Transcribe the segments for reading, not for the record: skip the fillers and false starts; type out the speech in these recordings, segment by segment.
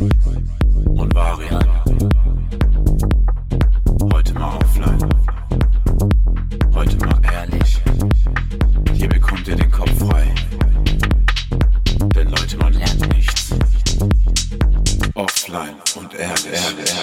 und Varianten. Heute mal offline, heute mal ehrlich. Hier bekommt ihr den Kopf frei, denn Leute, man lernt nichts. Offline und ehrlich.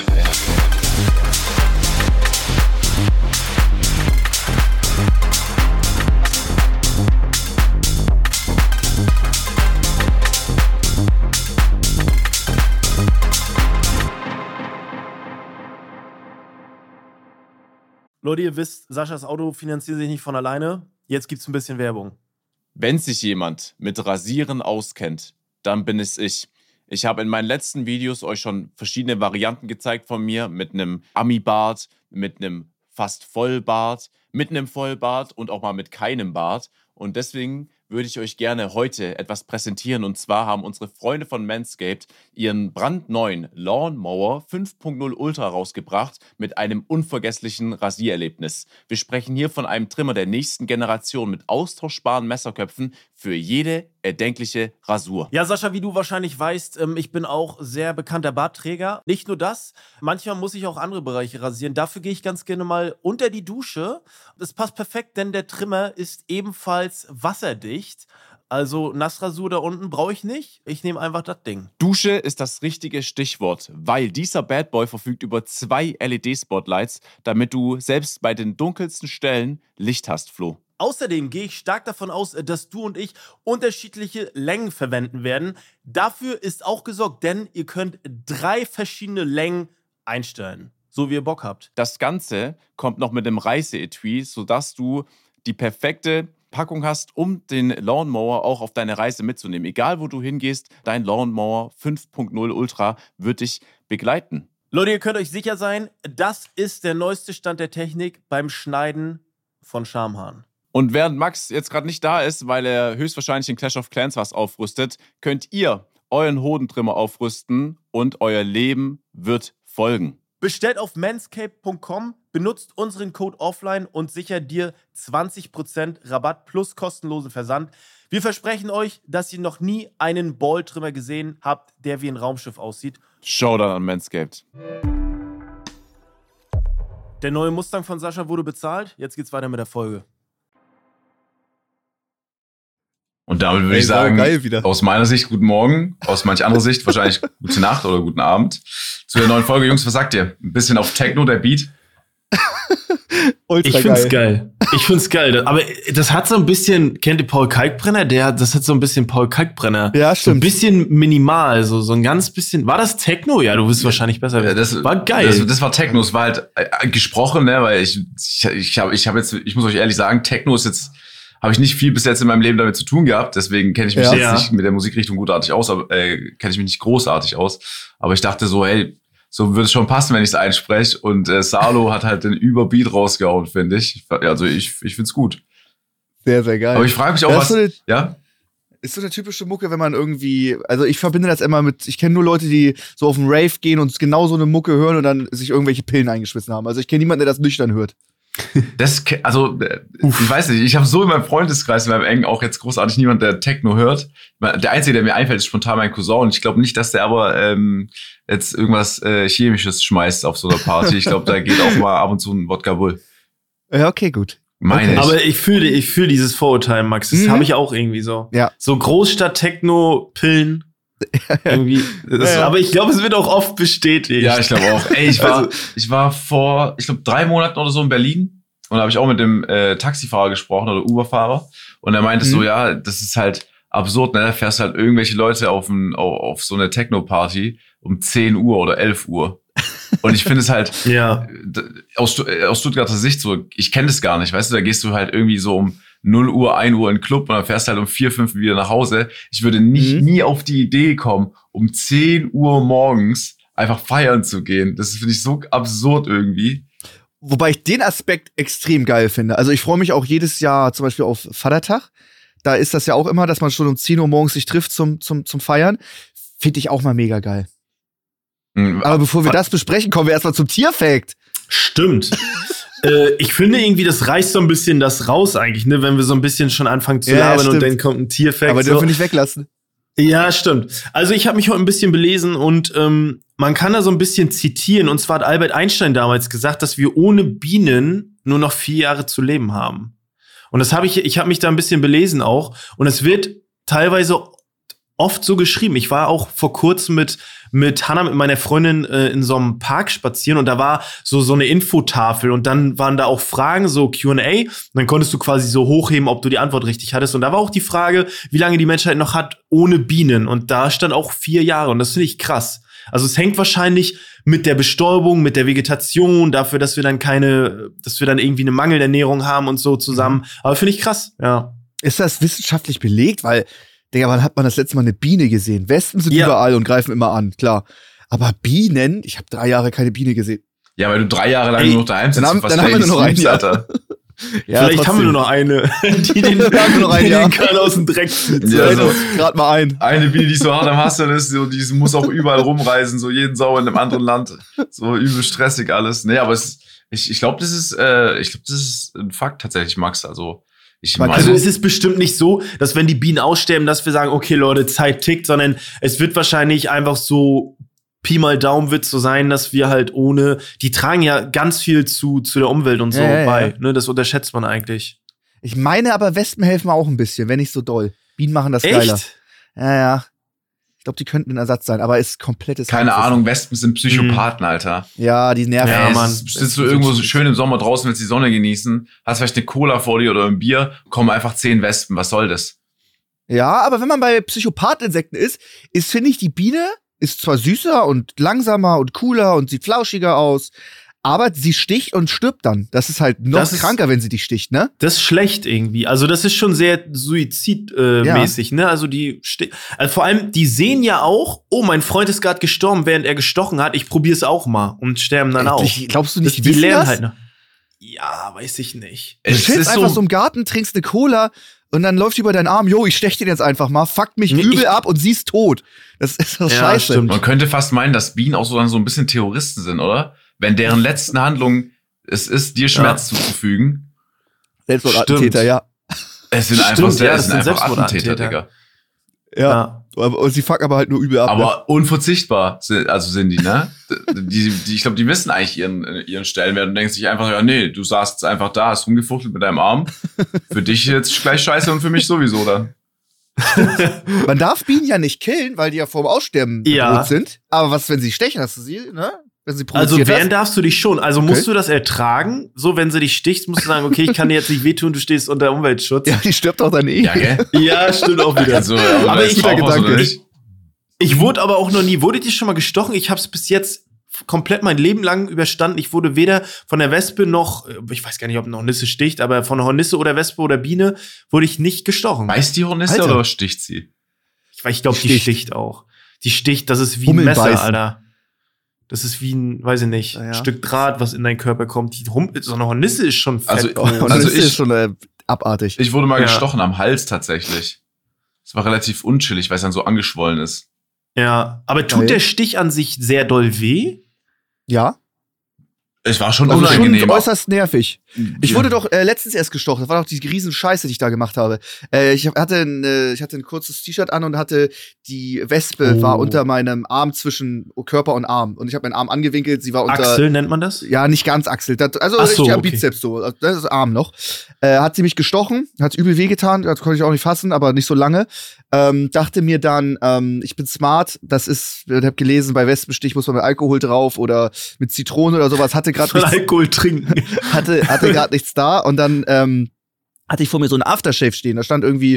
Leute, ihr wisst, Saschas Auto finanziert sich nicht von alleine. Jetzt gibt's ein bisschen Werbung. Wenn sich jemand mit Rasieren auskennt, dann bin es ich. Ich habe in meinen letzten Videos euch schon verschiedene Varianten gezeigt von mir, mit einem Ami-Bart, mit einem fast Vollbart, mit einem Vollbart und auch mal mit keinem Bart. Und deswegen würde ich euch gerne heute etwas präsentieren. Und zwar haben unsere Freunde von Manscaped ihren brandneuen Lawnmower 5.0 Ultra rausgebracht mit einem unvergesslichen Rasiererlebnis. Wir sprechen hier von einem Trimmer der nächsten Generation mit austauschbaren Messerköpfen für jede erdenkliche Rasur. Ja, Sascha, wie du wahrscheinlich weißt, ich bin auch sehr bekannter Bartträger. Nicht nur das, manchmal muss ich auch andere Bereiche rasieren. Dafür gehe ich ganz gerne mal unter die Dusche. Das passt perfekt, denn der Trimmer ist ebenfalls wasserdicht. Also Nassrasur da unten brauche ich nicht. Ich nehme einfach das Ding. Dusche ist das richtige Stichwort, weil dieser Bad Boy verfügt über 2 LED-Spotlights, damit du selbst bei den dunkelsten Stellen Licht hast, Flo. Außerdem gehe ich stark davon aus, dass du und ich unterschiedliche Längen verwenden werden. Dafür ist auch gesorgt, denn ihr könnt 3 verschiedene Längen einstellen, so wie ihr Bock habt. Das Ganze kommt noch mit dem Reiseetui, sodass du die perfekte Packung hast, um den Lawnmower auch auf deine Reise mitzunehmen. Egal, wo du hingehst, dein Lawnmower 5.0 Ultra wird dich begleiten. Leute, ihr könnt euch sicher sein, das ist der neueste Stand der Technik beim Schneiden von Schamhaaren. Und während Max jetzt gerade nicht da ist, weil er höchstwahrscheinlich in Clash of Clans was aufrüstet, könnt ihr euren Hodentrimmer aufrüsten und euer Leben wird folgen. Bestellt auf manscaped.com, benutzt unseren Code OFFLINE und sichert dir 20% Rabatt plus kostenlosen Versand. Wir versprechen euch, dass ihr noch nie einen Balltrimmer gesehen habt, der wie ein Raumschiff aussieht. Showdown an Manscaped. Der neue Mustang von Sascha wurde bezahlt. Jetzt geht's weiter mit der Folge. Und damit würde ich sagen, aus meiner Sicht guten Morgen, aus manch anderer Sicht wahrscheinlich gute Nacht oder guten Abend. Zu der neuen Folge, Jungs, was sagt ihr? Ein bisschen auf Techno, der Beat? Ich find's geil. Aber das hat so ein bisschen, kennt ihr Paul Kalkbrenner? Das hat so ein bisschen Paul Kalkbrenner. Ja, stimmt. So ein bisschen minimal, so ein ganz bisschen. War das Techno? Ja, du wirst wahrscheinlich besser. Das war geil. Das war Techno, es war halt gesprochen, ne, weil ich muss euch ehrlich sagen, Techno ist jetzt, habe ich nicht viel bis jetzt in meinem Leben damit zu tun gehabt, deswegen kenne ich mich jetzt nicht mit der Musikrichtung gutartig aus, aber kenne ich mich nicht großartig aus. Aber ich dachte so, hey, so würde es schon passen, wenn ich es einspreche. Und Salo hat halt den Überbeat rausgehauen, finde ich. Also ich finde es gut. Sehr, sehr geil. Aber ich frage mich auch, ja? Ist so eine typische Mucke, wenn man irgendwie, also ich verbinde das immer mit, ich kenne nur Leute, die so auf den Rave gehen und genau so eine Mucke hören und dann sich irgendwelche Pillen eingeschmissen haben. Also ich kenne niemanden, der das nüchtern hört. Ich weiß nicht, ich habe so in meinem Freundeskreis, in meinem Engen auch jetzt großartig niemand, der Techno hört. Der Einzige, der mir einfällt, ist spontan mein Cousin und ich glaube nicht, dass der aber jetzt irgendwas Chemisches schmeißt auf so einer Party. Ich glaube, da geht auch mal ab und zu ein Wodka Bull. Ja, okay, gut. Meine ich. Aber ich fühle dieses Vorurteil, Max. Das habe ich auch irgendwie so. Ja. So Großstadt-Techno-Pillen. Irgendwie. Aber ich glaube, es wird auch oft bestätigt. Ja, ich glaube auch. Ey, ich war vor, ich glaube, 3 Monaten oder so in Berlin und da habe ich auch mit dem Taxifahrer gesprochen oder Uberfahrer und er meinte so, ja, das ist halt absurd, ne? Da fährst halt irgendwelche Leute auf so eine Techno-Party um 10 Uhr oder 11 Uhr. Und ich finde es halt aus Stuttgarter Sicht so, ich kenne das gar nicht, weißt du, da gehst du halt irgendwie so um 0 Uhr, 1 Uhr in den Club und dann fährst halt um 4, 5 wieder nach Hause. Ich würde nie auf die Idee kommen, um 10 Uhr morgens einfach feiern zu gehen. Das finde ich so absurd irgendwie. Wobei ich den Aspekt extrem geil finde. Also ich freue mich auch jedes Jahr zum Beispiel auf Vatertag. Da ist das ja auch immer, dass man schon um 10 Uhr morgens sich trifft zum Feiern. Finde ich auch mal mega geil. Aber bevor wir das besprechen, kommen wir erstmal zum Tierfact. Stimmt. Ich finde irgendwie, das reißt so ein bisschen das raus eigentlich, ne, wenn wir so ein bisschen schon anfangen zu labern und dann kommt ein Tierfact. Aber dürfen wir nicht weglassen. Ja, stimmt. Also ich habe mich heute ein bisschen belesen und man kann da so ein bisschen zitieren. Und zwar hat Albert Einstein damals gesagt, dass wir ohne Bienen nur noch 4 Jahre zu leben haben. Und das habe ich habe mich da ein bisschen belesen auch. Und es wird teilweise oft so geschrieben. Ich war auch vor kurzem mit Hannah, mit meiner Freundin, in so einem Park spazieren und da war so eine Infotafel und dann waren da auch Fragen, so Q&A und dann konntest du quasi so hochheben, ob du die Antwort richtig hattest und da war auch die Frage, wie lange die Menschheit noch hat ohne Bienen und da stand auch 4 Jahre und das finde ich krass. Also es hängt wahrscheinlich mit der Bestäubung, mit der Vegetation, dafür, dass wir dann irgendwie eine Mangelernährung haben und so zusammen. Aber finde ich krass, ja. Ist das wissenschaftlich belegt? Weil, Digga, wann hat man das letzte Mal eine Biene gesehen? Wespen sind überall und greifen immer an, klar. Aber Bienen, ich habe 3 Jahre keine Biene gesehen. Ja, weil du 3 Jahre lang nur noch daheim sitzt. Dann haben wir nur noch ein Jahr. Alter. Ja, vielleicht trotzdem. haben wir nur noch eine, die den Kahn aus dem Dreck zieht. Ja, so. Gerade mal ein. Eine Biene, die so hart am Hasseln ist, so, die muss auch überall rumreisen, so jeden Sauer in einem anderen Land. So übel stressig alles. Nee, aber ich glaube, das ist ein Fakt tatsächlich, Max. Also es ist bestimmt nicht so, dass wenn die Bienen aussterben, dass wir sagen, okay, Leute, Zeit tickt, sondern es wird wahrscheinlich einfach so Pi mal Daumen wird so sein, dass wir halt die tragen ja ganz viel zu der Umwelt und so bei. Ja. Ne, das unterschätzt man eigentlich. Ich meine aber, Wespen helfen auch ein bisschen, wenn nicht so doll. Bienen machen das geiler. Echt? Ja. Ich glaube, die könnten ein Ersatz sein, aber ist komplettes Keine Ahnung, Wespen sind Psychopathen, Alter. Ja, die nerven. Ja, Mann. Sitzt du irgendwo so schön im Sommer draußen, willst die Sonne genießen, hast vielleicht eine Cola vor dir oder ein Bier, kommen einfach 10 Wespen, was soll das? Ja, aber wenn man bei Psychopathinsekten ist, finde ich, die Biene ist zwar süßer und langsamer und cooler und sieht flauschiger aus, aber sie sticht und stirbt dann. Das ist halt noch kranker, wenn sie dich sticht, ne? Das ist schlecht irgendwie. Also das ist schon sehr suizidmäßig, ne? Also vor allem, die sehen ja auch, oh, mein Freund ist gerade gestorben, während er gestochen hat. Ich probier's auch mal und sterben dann auch. Glaubst du nicht, die lernen das? halt noch. Ja, weiß ich nicht. Du chillst einfach so im Garten, trinkst eine Cola und dann läuft über deinen Arm, ich stech den jetzt einfach mal, fuckt mich übel ab und sie ist tot. Das ist doch scheiße. Stimmt. Man könnte fast meinen, dass Bienen auch so ein bisschen Terroristen sind, oder? Wenn deren letzten Handlung es ist, dir Schmerz zuzufügen. Selbstmordattentäter, ja. Es sind einfach Attentäter, Digga. Ja. Und sie fucken aber halt nur übel ab. Aber unverzichtbar sind die, ne? Ich glaube, die wissen eigentlich ihren Stellenwert und denken sich einfach, ja, nee, du saßt jetzt einfach da, hast rumgefuchtelt mit deinem Arm. Für dich jetzt gleich scheiße und für mich sowieso dann. Man darf Bienen ja nicht killen, weil die ja vorm Aussterben bedroht sind. Aber was, wenn sie stechen? Hast du sie, ne? Wenn sie also wehren darfst du dich schon. Also musst du das ertragen. So, wenn sie dich stichst, musst du sagen, okay, ich kann dir jetzt nicht wehtun, du stehst unter Umweltschutz. Ja, die stirbt auch dann eh. Ja, gell? Ja, stimmt auch wieder. Also, aber ich wurde aber auch noch nie, wurdet ihr schon mal gestochen? Ich hab's bis jetzt komplett mein Leben lang überstanden. Ich wurde weder von der Wespe noch, ich weiß gar nicht, ob eine Hornisse sticht, aber von einer Hornisse oder Wespe oder Biene wurde ich nicht gestochen. Beißt die Hornisse oder sticht sie? Ich glaube, die sticht auch. Die sticht, das ist wie ein Messer, Alter. Das ist wie ein, weiß ich nicht, Stück Draht, was in deinen Körper kommt. So eine Hornisse ist schon fett. Also ist schon abartig. Ich wurde mal gestochen am Hals tatsächlich. Das war relativ unchillig, weil es dann so angeschwollen ist. Ja, aber tut der Stich an sich sehr doll weh? Ja. Es war schon unangenehm. Schon äußerst nervig. Ich wurde doch letztens erst gestochen. Das war doch die riesen Scheiße, die ich da gemacht habe. Ich hatte ein kurzes T-Shirt an und hatte die Wespe war unter meinem Arm zwischen Körper und Arm. Und ich habe meinen Arm angewinkelt. Sie war unter Achsel nennt man das? Ja, nicht ganz Achsel. Richtig am Bizeps so. Das ist Arm noch. Hat sie mich gestochen, hat übel wehgetan. Das konnte ich auch nicht fassen, aber nicht so lange. Dachte mir dann, ich bin smart. Ich habe gelesen, bei Wespenstich muss man mit Alkohol drauf oder mit Zitrone oder sowas. Hatte gerade Alkohol trinken. Hatte gerade nichts da und dann hatte ich vor mir so ein Aftershave stehen. Da stand irgendwie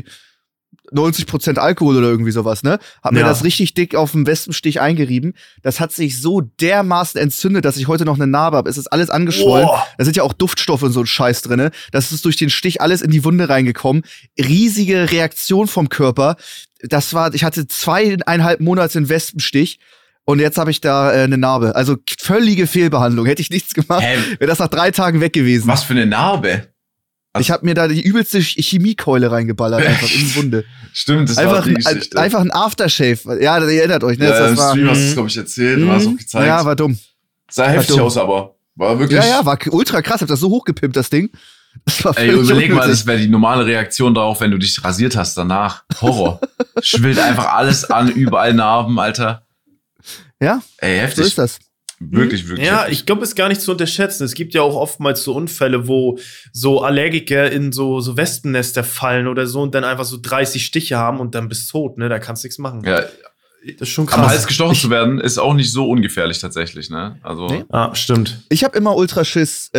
90% Alkohol oder irgendwie sowas, ne? Hab mir das richtig dick auf dem Wespenstich eingerieben. Das hat sich so dermaßen entzündet, dass ich heute noch eine Narbe habe. Es ist alles angeschwollen. Da sind ja auch Duftstoffe und so ein Scheiß drinne. Das ist durch den Stich alles in die Wunde reingekommen. Riesige Reaktion vom Körper. Ich hatte 2,5 Monate einen Wespenstich. Und jetzt habe ich da eine Narbe. Also völlige Fehlbehandlung. Hätte ich nichts gemacht, wäre das nach 3 Tagen weg gewesen. Was für eine Narbe? Ich habe mir da die übelste Chemiekeule reingeballert, einfach in die Wunde. Stimmt, das einfach war die Geschichte. Einfach ein Aftershave. Ja, ihr erinnert euch, ne? Ja, im Stream hast du es, glaube ich, erzählt. Du hast auch gezeigt. Ja, war dumm. Sah heftig aus, aber war wirklich... Ja, war ultra krass. Hab das so hochgepimpt, das Ding. Das war Ey, völlig überleg mal, unnötig. das wäre die normale Reaktion darauf, wenn du dich rasiert hast danach. Horror. Schwillt einfach alles an, überall Narben, Alter. Ja, Ey, so heftig. ist das. Wirklich, wirklich. Ja, heftig. ich glaube, es ist gar nicht zu unterschätzen. Es gibt ja auch oftmals so Unfälle, wo so Allergiker in so Wespennester fallen oder so und dann einfach so 30 Stiche haben und dann bist du tot, ne? Da kannst du nichts machen. Ja, Das ist schon am krass. Hals gestochen zu werden, ist auch nicht so ungefährlich tatsächlich, ne? Also, Nee. Ah, stimmt. Ich habe immer Ultraschiss.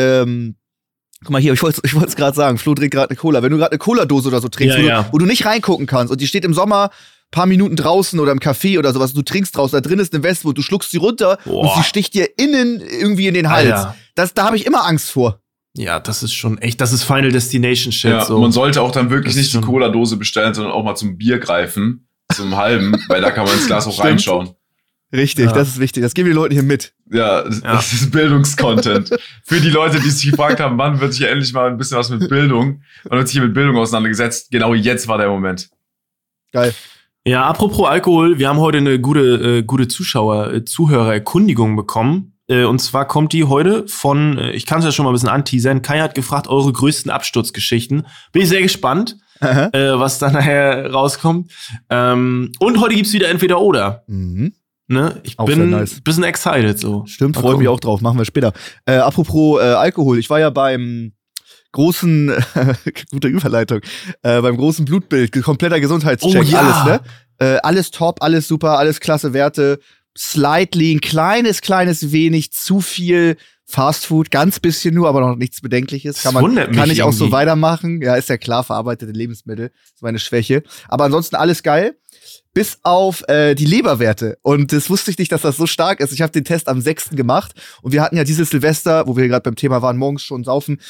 Guck mal hier, ich wollte es gerade sagen. Flo trinkt gerade eine Cola. Wenn du gerade eine Cola-Dose oder so trinkst, Ja, wo du nicht reingucken kannst und die steht im Sommer paar Minuten draußen oder im Café oder sowas, du trinkst draußen, da drin ist eine Wespe und du schluckst sie runter und Boah. sie sticht dir innen irgendwie in den Hals. Alter. Da habe ich immer Angst vor. Ja, das ist schon echt, das ist Final Destination Shit. ja, so. man sollte auch dann wirklich Das nicht die ist schon- Cola-Dose bestellen, sondern auch mal zum Bier greifen, zum halben, weil da kann man ins Glas auch Stimmt. reinschauen. Richtig, Ja. das ist wichtig. Das geben wir den Leuten hier mit. Ja, das ist Bildungscontent. Für die Leute, die sich gefragt haben, wann wird hier endlich mal ein bisschen was mit Bildung, man wird sich hier mit Bildung auseinandergesetzt, genau jetzt war der Moment. Geil. Ja, apropos Alkohol, wir haben heute eine gute Zuhörererkundigung bekommen. Und zwar kommt die heute von, ich kann es ja schon mal ein bisschen anteasern, Kai hat gefragt, eure größten Absturzgeschichten. Bin ich sehr gespannt, was da nachher rauskommt. Und heute gibt's wieder entweder oder. Mhm. Ne? Ich Auch bin sehr nice. ein bisschen excited so. Stimmt, Mal freue mich gucken. auch drauf. Machen wir später. Apropos Alkohol. Ich war ja beim großen, gute Überleitung, beim großen Blutbild, kompletter Gesundheitscheck, Oh ja. alles, ne? Alles top, alles super, alles klasse Werte. Slightly, ein kleines wenig zu viel Fastfood, ganz bisschen nur, aber noch nichts Bedenkliches. Das wundert mich Kann ich auch so irgendwie. weitermachen. Ja, ist ja klar, verarbeitete Lebensmittel, ist meine Schwäche. Aber ansonsten alles geil. Bis auf die Leberwerte. Und das wusste ich nicht, dass das so stark ist. Ich habe den Test am 6. gemacht und wir hatten ja dieses Silvester, wo wir gerade beim Thema waren, morgens schon saufen,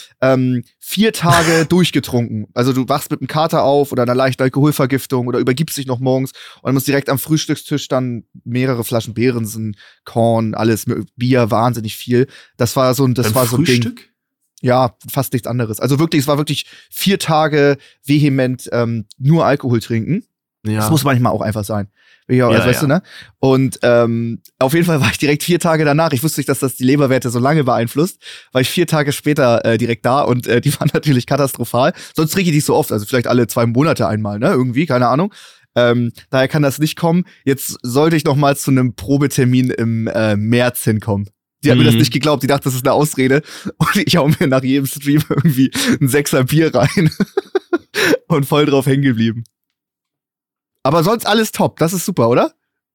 4 Tage durchgetrunken. Also du wachst mit einem Kater auf oder einer leichten Alkoholvergiftung oder übergibst dich noch morgens und musst direkt am Frühstückstisch dann mehrere Flaschen Beerensen, Korn, alles, Bier, wahnsinnig viel. Das war so ein Ding. Frühstück? Ja, fast nichts anderes. Also wirklich, es war wirklich 4 Tage vehement nur Alkohol trinken. Ja. Das muss manchmal auch einfach sein. Ja, Ja, weißt ja. du, ne? Und auf jeden Fall war ich direkt 4 Tage danach. Ich wusste nicht, dass das die Leberwerte so lange beeinflusst. War ich 4 Tage später direkt da und die waren natürlich katastrophal. Sonst trinke ich die so oft, also vielleicht alle 2 Monate einmal, ne? Irgendwie, keine Ahnung. Daher kann das nicht kommen. Jetzt sollte ich noch mal zu einem Probetermin im März hinkommen. Die hat mir das nicht geglaubt. Die dachte, das ist eine Ausrede. Und ich hau mir nach jedem Stream irgendwie ein 6er Bier rein. Und voll drauf hängen geblieben. Aber sonst alles top. Das ist super, oder?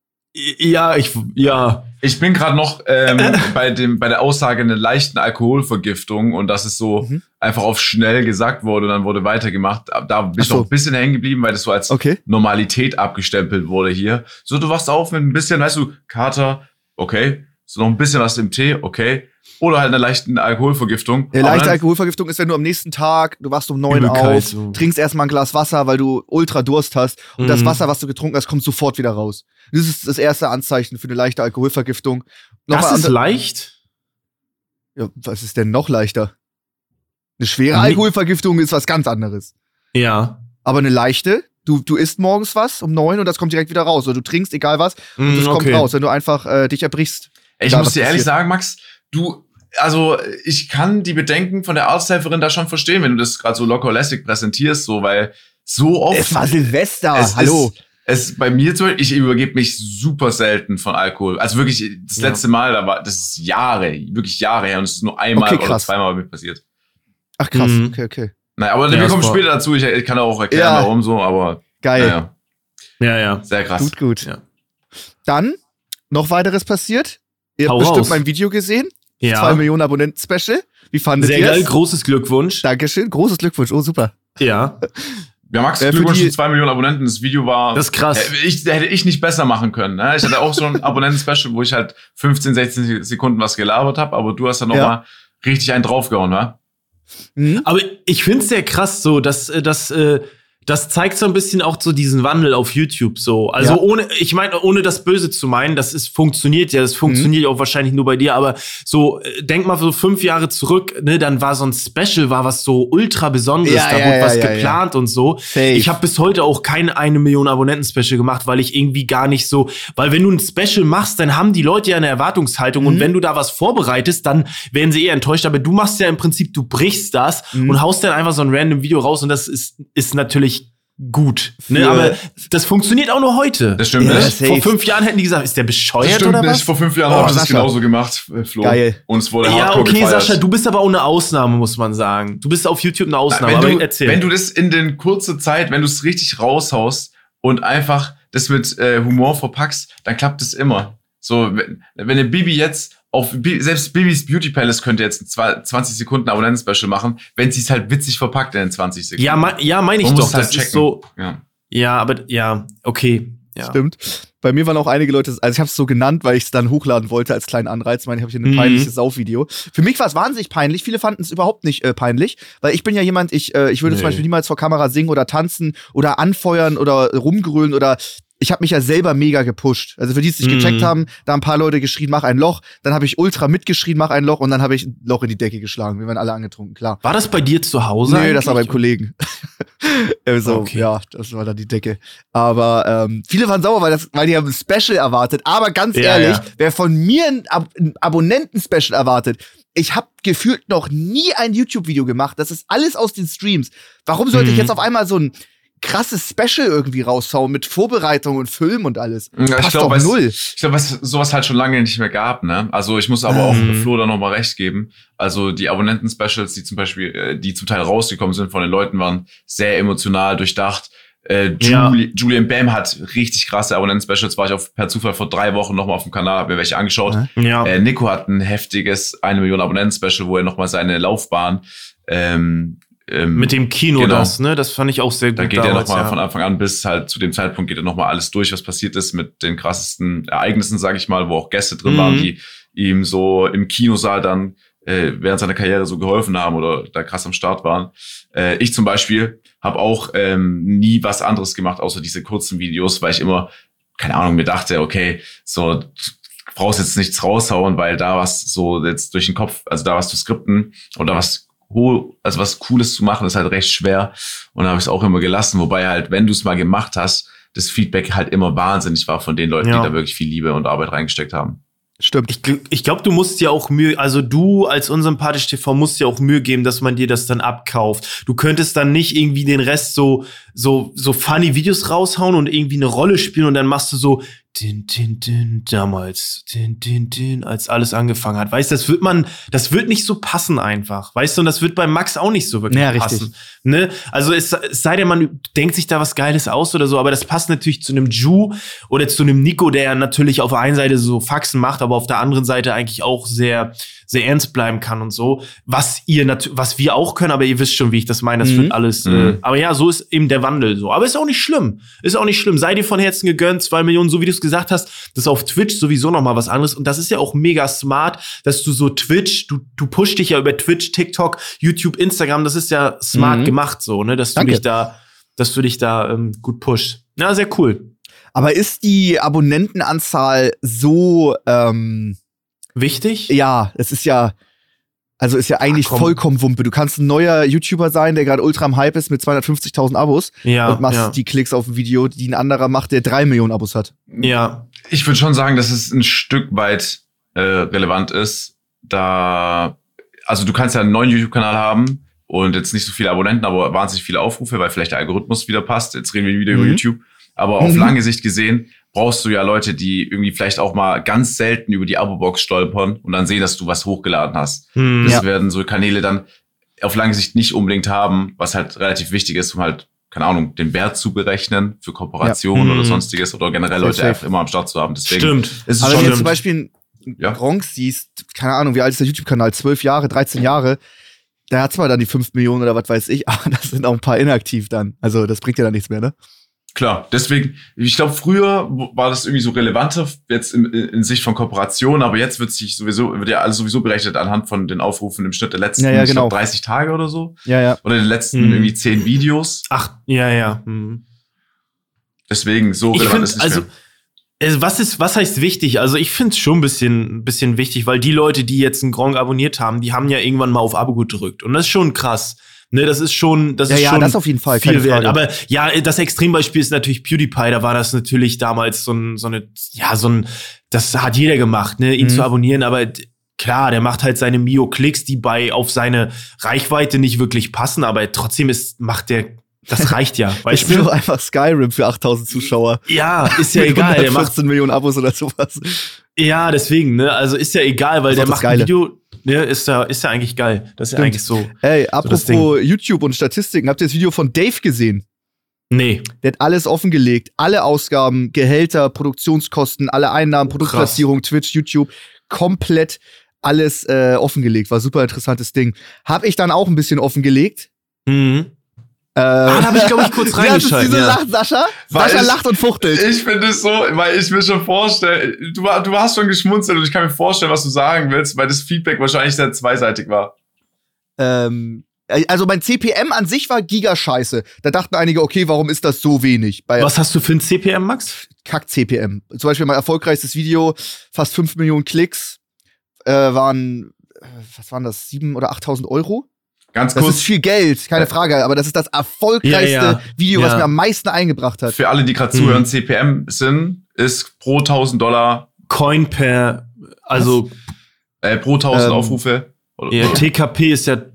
Ja, Ich bin gerade noch bei der Aussage einer leichten Alkoholvergiftung und das ist so einfach auf schnell gesagt wurde und dann wurde weitergemacht. Da bin ich Ach so. noch ein bisschen hängen geblieben, weil das so als Okay. Normalität abgestempelt wurde hier. So, du wachst auf mit ein bisschen, weißt du, Kater, okay. So noch ein bisschen was im Tee, okay. Oder halt einer leichten Alkoholvergiftung. Ja, Aber leichte dann- Alkoholvergiftung ist, wenn du am nächsten Tag, du wachst um 9 Übel auf, kalt, so. trinkst erstmal ein Glas Wasser, weil du ultra Durst hast und das Wasser, was du getrunken hast, kommt sofort wieder raus. Das ist das erste Anzeichen für eine leichte Alkoholvergiftung. das Nochmal ist leicht. Ja, was ist denn noch leichter? Eine schwere Nee. Alkoholvergiftung ist was ganz anderes. Ja. Aber eine leichte, du isst morgens was um 9 und das kommt direkt wieder raus. Oder du trinkst egal was und das kommt raus, wenn du einfach dich erbrichst. Ich Egal, muss was dir ehrlich passiert. sagen, Max, also ich kann die Bedenken von der Arzthelferin da schon verstehen, wenn du das gerade so locker lässig präsentierst, so, weil so oft. Es war Silvester, es hallo. Es bei mir zum Beispiel, ich übergebe mich super selten von Alkohol. Also wirklich, das Ja. letzte Mal, das ist wirklich Jahre her und es ist nur einmal Okay, oder krass. zweimal mit passiert. Ach krass, Mhm. okay. Naja, aber Ja, wir kommen das war- später dazu. Ich kann auch erklären, Ja. warum so, aber Geil. naja, Ja. sehr krass. Gut. Ja. Dann, noch weiteres passiert. Ihr Hau habt bestimmt raus. mein Video gesehen. Ja. 2 Millionen Abonnenten-Special. Wie fandet Sehr ihr geil, es? großes Glückwunsch. Dankeschön. Großes Glückwunsch. Oh, super. Ja. Ja, Max, Für Glückwunsch die- zu 2 Millionen Abonnenten. Das Video war. Das ist krass. Hätte ich nicht besser machen können. Ne? Ich hatte auch so ein Abonnenten-Special, wo ich halt 15, 16 Sekunden was gelabert habe, aber du hast dann Ja. nochmal richtig einen draufgehauen, wa? Mhm. Aber ich find's sehr krass so, dass Das zeigt so ein bisschen auch so diesen Wandel auf YouTube so. Also ohne das Böse zu meinen, funktioniert ja, das funktioniert auch wahrscheinlich nur bei dir, aber so, denk mal so 5 Jahre zurück, ne, dann war so ein Special, war was so ultra Besonderes, da wurde was geplant und so. Safe. Ich habe bis heute auch kein 1 Million Abonnenten-Special gemacht, weil ich irgendwie gar nicht so, weil wenn du ein Special machst, dann haben die Leute ja eine Erwartungshaltung und wenn du da was vorbereitest, dann werden sie eher enttäuscht, aber du machst ja im Prinzip, du brichst das und haust dann einfach so ein random Video raus und das ist natürlich gut, ne? Aber das funktioniert auch nur heute. Das stimmt nicht. Vor 5 Jahren hätten die gesagt, ist der bescheuert Das stimmt oder was? nicht. Vor 5 Jahren habe ich das genauso gemacht, Flo. Geil. Und es wurde Ja, hardcore okay, gefeiert. Sascha, du bist aber auch eine Ausnahme, muss man sagen. Du bist auf YouTube eine Ausnahme, Wenn aber du, erzähl. wenn du das in den kurze Zeit, wenn du es richtig raushaust und einfach das mit Humor verpackst, dann klappt es immer. So, wenn eine Bibi jetzt selbst Bibis Beauty Palace könnte jetzt ein 20 Sekunden Abonnenten-Special machen, wenn sie es halt witzig verpackt in den 20 Sekunden. Ja, meine ich Man muss doch. es halt Das checken. ist so. Ja. Ja, aber ja, okay. Ja. Stimmt. Bei mir waren auch einige Leute, also ich habe es so genannt, weil ich es dann hochladen wollte als kleinen Anreiz. Ich meine, ich habe hier ein peinliches Saufvideo. Für mich war es wahnsinnig peinlich. Viele fanden es überhaupt nicht peinlich, weil ich bin ja jemand, ich würde zum Beispiel niemals vor Kamera singen oder tanzen oder anfeuern oder rumgrölen oder ich habe mich ja selber mega gepusht. Also für die es nicht gecheckt haben, da haben ein paar Leute geschrien, mach ein Loch. Dann habe ich ultra mitgeschrien, mach ein Loch. Und dann habe ich ein Loch in die Decke geschlagen. Wir waren alle angetrunken, klar. War das bei dir zu Hause? Nee, das war eigentlich? beim Kollegen. So, Okay. ja, das war dann die Decke. Aber viele waren sauer, weil die haben ein Special erwartet. Aber ganz ehrlich, wer von mir ein Abonnenten-Special erwartet, ich habe gefühlt noch nie ein YouTube-Video gemacht. Das ist alles aus den Streams. Warum sollte ich jetzt auf einmal so ein krasses Special irgendwie raushauen mit Vorbereitung und Film und alles? Ja, Passt doch null. Ich glaube, was sowas halt schon lange nicht mehr gab, ne? Also ich muss aber auch Flo da nochmal recht geben. Also die Abonnenten-Specials, die zum Beispiel, die zum Teil rausgekommen sind von den Leuten, waren sehr emotional durchdacht. Julian Bam hat richtig krasse Abonnenten-Specials, war ich per Zufall vor 3 Wochen nochmal auf dem Kanal, hab mir welche angeschaut. Ja. Nico hat ein heftiges 1 Million Abonnenten-Special, wo er nochmal seine Laufbahn mit dem Kino genau. Das fand ich auch sehr gut. Da geht er damals, nochmal von Anfang an bis halt zu dem Zeitpunkt geht er nochmal alles durch, was passiert ist mit den krassesten Ereignissen, sage ich mal, wo auch Gäste drin waren, die ihm so im Kinosaal dann während seiner Karriere so geholfen haben oder da krass am Start waren. Ich zum Beispiel habe auch nie was anderes gemacht, außer diese kurzen Videos, weil ich immer, keine Ahnung, mir dachte, okay, so du brauchst jetzt nichts raushauen, weil da was so jetzt durch den Kopf, also da was zu skripten oder was Cooles zu machen, ist halt recht schwer. Und da habe ich es auch immer gelassen. Wobei halt, wenn du es mal gemacht hast, das Feedback halt immer wahnsinnig war von den Leuten, die da wirklich viel Liebe und Arbeit reingesteckt haben. Stimmt. Ich glaube, du musst dir auch Mühe, also du als Unsympathisch TV musst dir auch Mühe geben, dass man dir das dann abkauft. Du könntest dann nicht irgendwie den Rest so funny Videos raushauen und irgendwie eine Rolle spielen und dann machst du so damals, als alles angefangen hat. Weißt du, das wird nicht so passen einfach. Weißt du, und das wird bei Max auch nicht so wirklich passen. Ne? Also es sei denn, man denkt sich da was Geiles aus oder so, aber das passt natürlich zu einem Ju oder zu einem Nico, der natürlich auf der einen Seite so Faxen macht, aber auf der anderen Seite eigentlich auch sehr, sehr ernst bleiben kann und so. Was wir auch können, aber ihr wisst schon, wie ich das meine. Das wird alles, aber ja, so ist eben der Wandel so. Aber ist auch nicht schlimm. Sei dir von Herzen gegönnt, 2 Millionen, so wie du es gesagt hast, das ist auf Twitch sowieso noch mal was anderes. Und das ist ja auch mega smart, dass du so Twitch, du pushst dich ja über Twitch, TikTok, YouTube, Instagram, das ist ja smart gemacht so, ne, dass du dich da gut pusht. Ja, sehr cool. Aber ist die Abonnentenanzahl so wichtig? Ja, es ist ja eigentlich vollkommen Wumpe. Du kannst ein neuer YouTuber sein, der gerade ultra am Hype ist mit 250.000 Abos und machst die Klicks auf ein Video, die ein anderer macht, der 3 Millionen Abos hat. Ja. Ich würde schon sagen, dass es ein Stück weit relevant ist, also du kannst ja einen neuen YouTube-Kanal haben und jetzt nicht so viele Abonnenten, aber wahnsinnig viele Aufrufe, weil vielleicht der Algorithmus wieder passt. Jetzt reden wir wieder über YouTube. Aber auf lange Sicht gesehen brauchst du ja Leute, die irgendwie vielleicht auch mal ganz selten über die Abo-Box stolpern und dann sehen, dass du was hochgeladen hast. Das werden so Kanäle dann auf lange Sicht nicht unbedingt haben, was halt relativ wichtig ist, um halt, keine Ahnung, den Wert zu berechnen für Kooperationen oder sonstiges oder generell Leute einfach immer am Start zu haben. Deswegen ist es aber schon wenn du zum Beispiel einen Gronk siehst, keine Ahnung, wie alt ist der YouTube-Kanal? 12 Jahre, 13 Jahre. Der hat zwar dann die 5 Millionen oder was weiß ich, aber das sind auch ein paar inaktiv dann. Also das bringt ja dann nichts mehr, ne? Klar, deswegen, ich glaube, früher war das irgendwie so relevanter jetzt in Sicht von Kooperation, aber jetzt wird ja alles sowieso berechnet anhand von den Aufrufen im Schnitt der letzten genau. ich glaub, 30 Tage oder so. Ja. Oder den letzten irgendwie 10 Videos. Ach, ja. Deswegen, so relevant ist nicht mehr. Was heißt wichtig? Also ich finde es schon ein bisschen wichtig, weil die Leute, die jetzt einen Gronk abonniert haben, die haben ja irgendwann mal auf Abo gedrückt. Und das ist schon krass. Ne, das ist schon das auf jeden Fall, viel keine wert. Frage. Aber ja, das Extrembeispiel ist natürlich PewDiePie. Da war das natürlich damals das hat jeder gemacht, ne, ihn zu abonnieren. Aber klar, der macht halt seine Mio-Klicks, die auf seine Reichweite nicht wirklich passen. Aber trotzdem das reicht ja. Ich spiele doch einfach Skyrim für 8000 Zuschauer. Ja, ist ja egal. Der macht 14 Millionen Abos oder sowas. Ja, deswegen, ne, also ist ja egal, weil der macht ein Video. Ne, ist ja eigentlich geil. Das ist ja eigentlich so. Ey, apropos YouTube und Statistiken, habt ihr das Video von Dave gesehen? Nee. Der hat alles offengelegt. Alle Ausgaben, Gehälter, Produktionskosten, alle Einnahmen, Produktplatzierung, Twitch, YouTube. Komplett alles offengelegt. War super interessantes Ding. Hab ich dann auch ein bisschen offengelegt. Da habe ich, glaube ich, kurz reingeschaltet. Lacht, Sascha? Sascha lacht und fuchtelt. Ich finde es so, weil ich mir schon vorstelle, du hast schon geschmunzelt und ich kann mir vorstellen, was du sagen willst, weil das Feedback wahrscheinlich sehr zweiseitig war. Also mein CPM an sich war gigascheiße. Da dachten einige, okay, warum ist das so wenig? Was hast du für ein CPM, Max? Kack-CPM. Zum Beispiel mein erfolgreichstes Video, fast 5 Millionen Klicks, waren 7.000 oder 8.000 Euro. Ganz kurz. Das ist viel Geld, keine Frage, aber das ist das erfolgreichste Video, was mir am meisten eingebracht hat. Für alle, die gerade zuhören, CPM ist pro $1.000 Coin also pro 1.000 Aufrufe. Ja, TKP ist ja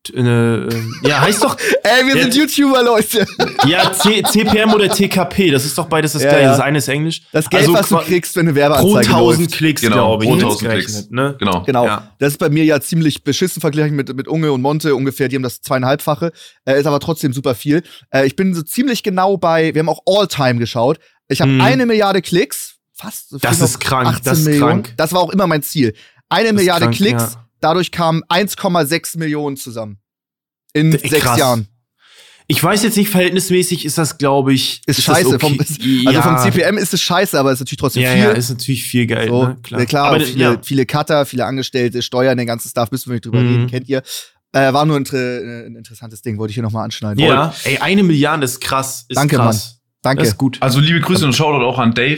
heißt doch. Ey, wir sind YouTuber, Leute. Ja, CPM oder TKP, das ist doch beides das gleiche. Das eine ist Englisch. Das Geld, was du kriegst, wenn eine Werbeanzeige pro 1000 Klicks, genau, glaube ich. Pro 1000 Klicks. Ne? Genau. Ja. Das ist bei mir ja ziemlich beschissen verglichen mit Unge und Monte ungefähr. Die haben das 2,5-fache. Ist aber trotzdem super viel. Ich bin so ziemlich genau wir haben auch All-Time geschaut. Ich habe 1 Milliarde Klicks. Fast. So das ist krank. 18 das ist Millionen. krank. Das war auch immer mein Ziel. 1 Milliarde krank, Klicks. Ja. Dadurch kamen 1,6 Millionen zusammen. In 6 Jahren. Ich weiß jetzt nicht, verhältnismäßig ist das, glaube ich. Ist scheiße. Okay. Vom CPM ist es scheiße, aber es ist natürlich trotzdem viel. Ja, ist natürlich viel Geld. So, ne? Klar, aber viele Cutter, viele Angestellte, Steuern, den ganzen Stuff, müssen wir nicht drüber reden, kennt ihr. War nur ein interessantes Ding, wollte ich hier nochmal anschneiden. Ja, ey, 1 Milliarde ist krass. Danke, krass. Mann. Danke. Das ist gut. Also liebe Grüße und Shoutout auch an Dave.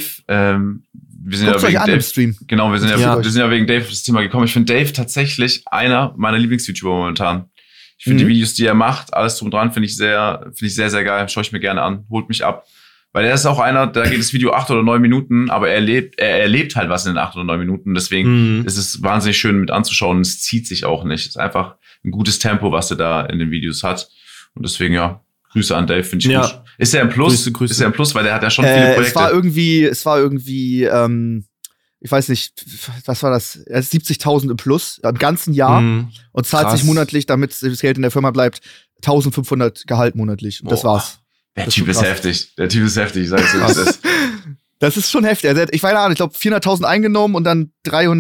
Wir sind Guckt euch an im Stream. Genau, wir sind ja wegen Dave auf das Thema gekommen. Ich finde Dave tatsächlich einer meiner Lieblings-YouTuber momentan. Ich finde die Videos, die er macht, alles drum dran, finde ich sehr, sehr geil. Schaue ich mir gerne an, holt mich ab. Weil er ist auch einer, da geht das Video 8 oder 9 Minuten, aber er erlebt halt was in den 8 oder 9 Minuten. Deswegen ist es wahnsinnig schön mit anzuschauen und es zieht sich auch nicht. Es ist einfach ein gutes Tempo, was er da in den Videos hat. Und deswegen, ja, Grüße an Dave, finde ich gut. Ist er ein Plus? Grüße. Ist er ein Plus, weil der hat ja schon viele Projekte. Es war irgendwie, ich weiß nicht, was war das? Er ist 70.000 im Plus im ganzen Jahr und zahlt sich monatlich, damit das Geld in der Firma bleibt, 1.500 Gehalt monatlich. Und das war's. Der Typ ist heftig. Ich sag's dir, was ist. Das ist schon heftig. Also ich weiß nicht, ich glaube 400.000 eingenommen und dann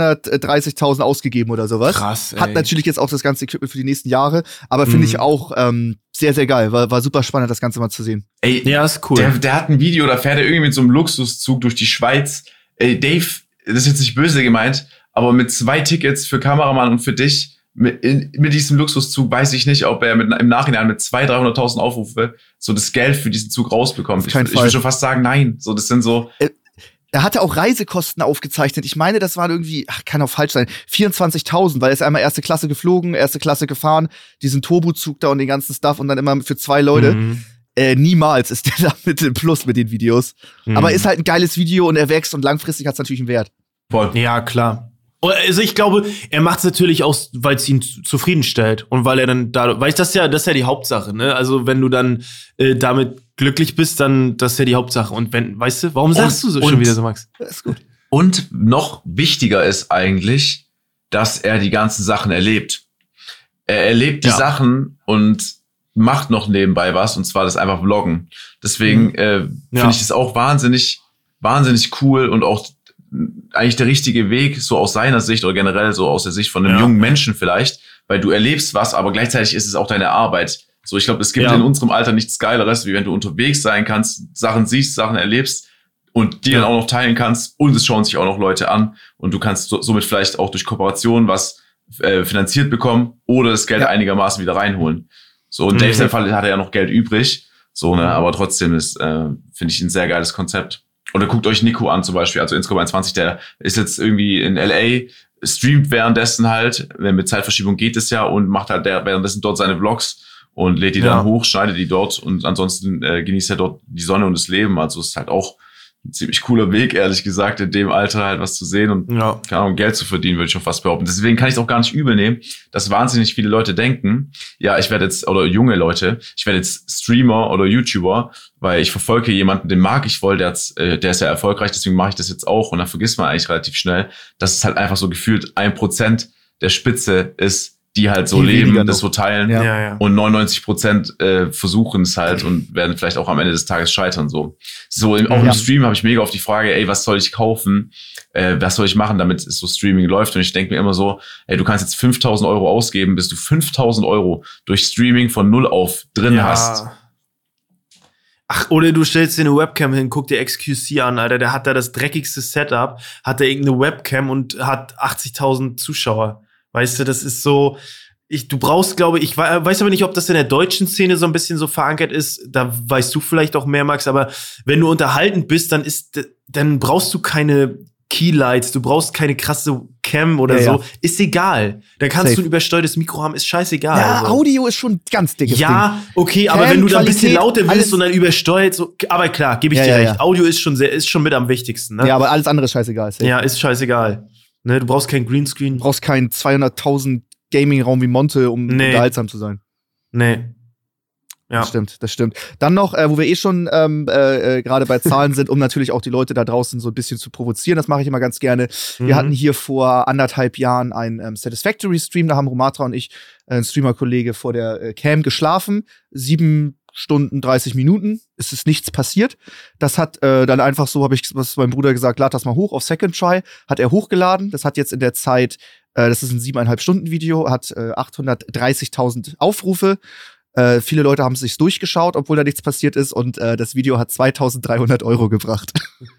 330.000 ausgegeben oder sowas. Krass, ey. Hat natürlich jetzt auch das ganze Equipment für die nächsten Jahre, aber finde ich auch sehr, sehr geil. War super spannend, das Ganze mal zu sehen. Ey, ja, ist cool. Der hat ein Video, da fährt er irgendwie mit so einem Luxuszug durch die Schweiz. Ey, Dave, das ist jetzt nicht böse gemeint, aber mit 2 Tickets für Kameramann und für dich, mit diesem Luxuszug weiß ich nicht, ob er im Nachhinein mit 200.000, 300.000 Aufrufe so das Geld für diesen Zug rausbekommt. Ich würde schon fast sagen, nein. So, das sind so. Er hatte auch Reisekosten aufgezeichnet. Ich meine, das waren irgendwie, kann auch falsch sein, 24.000, weil er ist einmal erste Klasse geflogen, erste Klasse gefahren, diesen Turbozug da und den ganzen Stuff und dann immer für 2 Leute. Niemals ist der da mit dem Plus mit den Videos. Aber ist halt ein geiles Video und er wächst und langfristig hat es natürlich einen Wert. Voll. Ja, klar. Also ich glaube, er macht es natürlich auch, weil es ihn zufriedenstellt und weil er dann weil das ist ja die Hauptsache, ne? Also wenn du dann damit glücklich bist, dann das ist ja die Hauptsache. Und wenn, weißt du, warum sagst du so schon wieder so, Max? Das ist gut. Und noch wichtiger ist eigentlich, dass er die ganzen Sachen erlebt. Er erlebt die Sachen und macht noch nebenbei was, und zwar das einfach Vloggen. Deswegen finde ich das auch wahnsinnig cool und auch eigentlich der richtige Weg, so aus seiner Sicht oder generell so aus der Sicht von einem jungen Menschen vielleicht, weil du erlebst was, aber gleichzeitig ist es auch deine Arbeit, So, ich glaube, es gibt in unserem Alter nichts Geileres, wie wenn du unterwegs sein kannst, Sachen siehst, Sachen erlebst und die dann auch noch teilen kannst und es schauen sich auch noch Leute an und du kannst somit vielleicht auch durch Kooperation was finanziert bekommen oder das Geld einigermaßen wieder reinholen. So, und Dave, sein Fall hat er ja noch Geld übrig, so, ne, aber trotzdem ist, finde ich, ein sehr geiles Konzept. Oder guckt euch Nico an zum Beispiel, also Inscope 21, der ist jetzt irgendwie in LA, streamt währenddessen halt, mit Zeitverschiebung geht es ja und macht halt währenddessen dort seine Vlogs und lädt die dann hoch, schneidet die dort und ansonsten genießt er dort die Sonne und das Leben. Also es ist halt auch ein ziemlich cooler Weg, ehrlich gesagt, in dem Alter halt was zu sehen und keine Ahnung, Geld zu verdienen, würde ich schon fast behaupten. Deswegen kann ich es auch gar nicht übel nehmen, dass wahnsinnig viele Leute denken, ja, ich werde jetzt, oder junge Leute, ich werde jetzt Streamer oder YouTuber, weil ich verfolge jemanden, den mag ich voll, der ist ja erfolgreich, deswegen mache ich das jetzt auch und dann vergisst man eigentlich relativ schnell, dass es halt einfach so gefühlt 1% der Spitze ist, die halt so leben, das so teilen und 99% versuchen es halt und werden vielleicht auch am Ende des Tages scheitern. So auch im Stream habe ich mega auf die Frage, ey, was soll ich kaufen? Was soll ich machen, damit es so Streaming läuft? Und ich denke mir immer so, ey, du kannst jetzt 5.000 Euro ausgeben, bis du 5.000 Euro durch Streaming von null auf drin hast. Ach, oder du stellst dir eine Webcam hin, guck dir XQC an, Alter, der hat da das dreckigste Setup, hat da irgendeine Webcam und hat 80.000 Zuschauer. Weißt du, das ist so, du brauchst, glaube ich weiß aber nicht, ob das in der deutschen Szene so ein bisschen so verankert ist, da weißt du vielleicht auch mehr, Max, aber wenn du unterhaltend bist, dann brauchst du keine Keylights, du brauchst keine krasse Cam oder so, ist egal. Dann kannst du ein übersteuertes Mikro haben, ist scheißegal. Ja, also. Audio ist schon ganz dickes Ding. Okay, aber wenn du da ein bisschen lauter willst und dann übersteuert, so, aber klar, gebe ich dir recht. Audio ist schon mit am wichtigsten, ne? Ja, aber alles andere ist scheißegal. Ja, ist scheißegal. Ne, du brauchst kein Greenscreen. Du brauchst keinen 200.000 Gaming-Raum wie Monte, um unterhaltsam zu sein. Nee. Ja. Das stimmt. Dann noch, wo wir schon gerade bei Zahlen sind, um natürlich auch die Leute da draußen so ein bisschen zu provozieren. Das mache ich immer ganz gerne. Wir hatten hier vor 1,5 Jahren einen Satisfactory-Stream. Da haben Romatra und ich, ein Streamer-Kollege, vor der Cam geschlafen. 7 Stunden, 30 Minuten. Es ist nichts passiert. Das hat dann einfach so, habe ich was meinem Bruder gesagt, lad das mal hoch auf Second Try. Hat er hochgeladen. Das hat jetzt in der Zeit, das ist ein 7,5 Stunden Video, hat 830.000 Aufrufe. Viele Leute haben es sich durchgeschaut, obwohl da nichts passiert ist. Und das Video hat 2.300 Euro gebracht.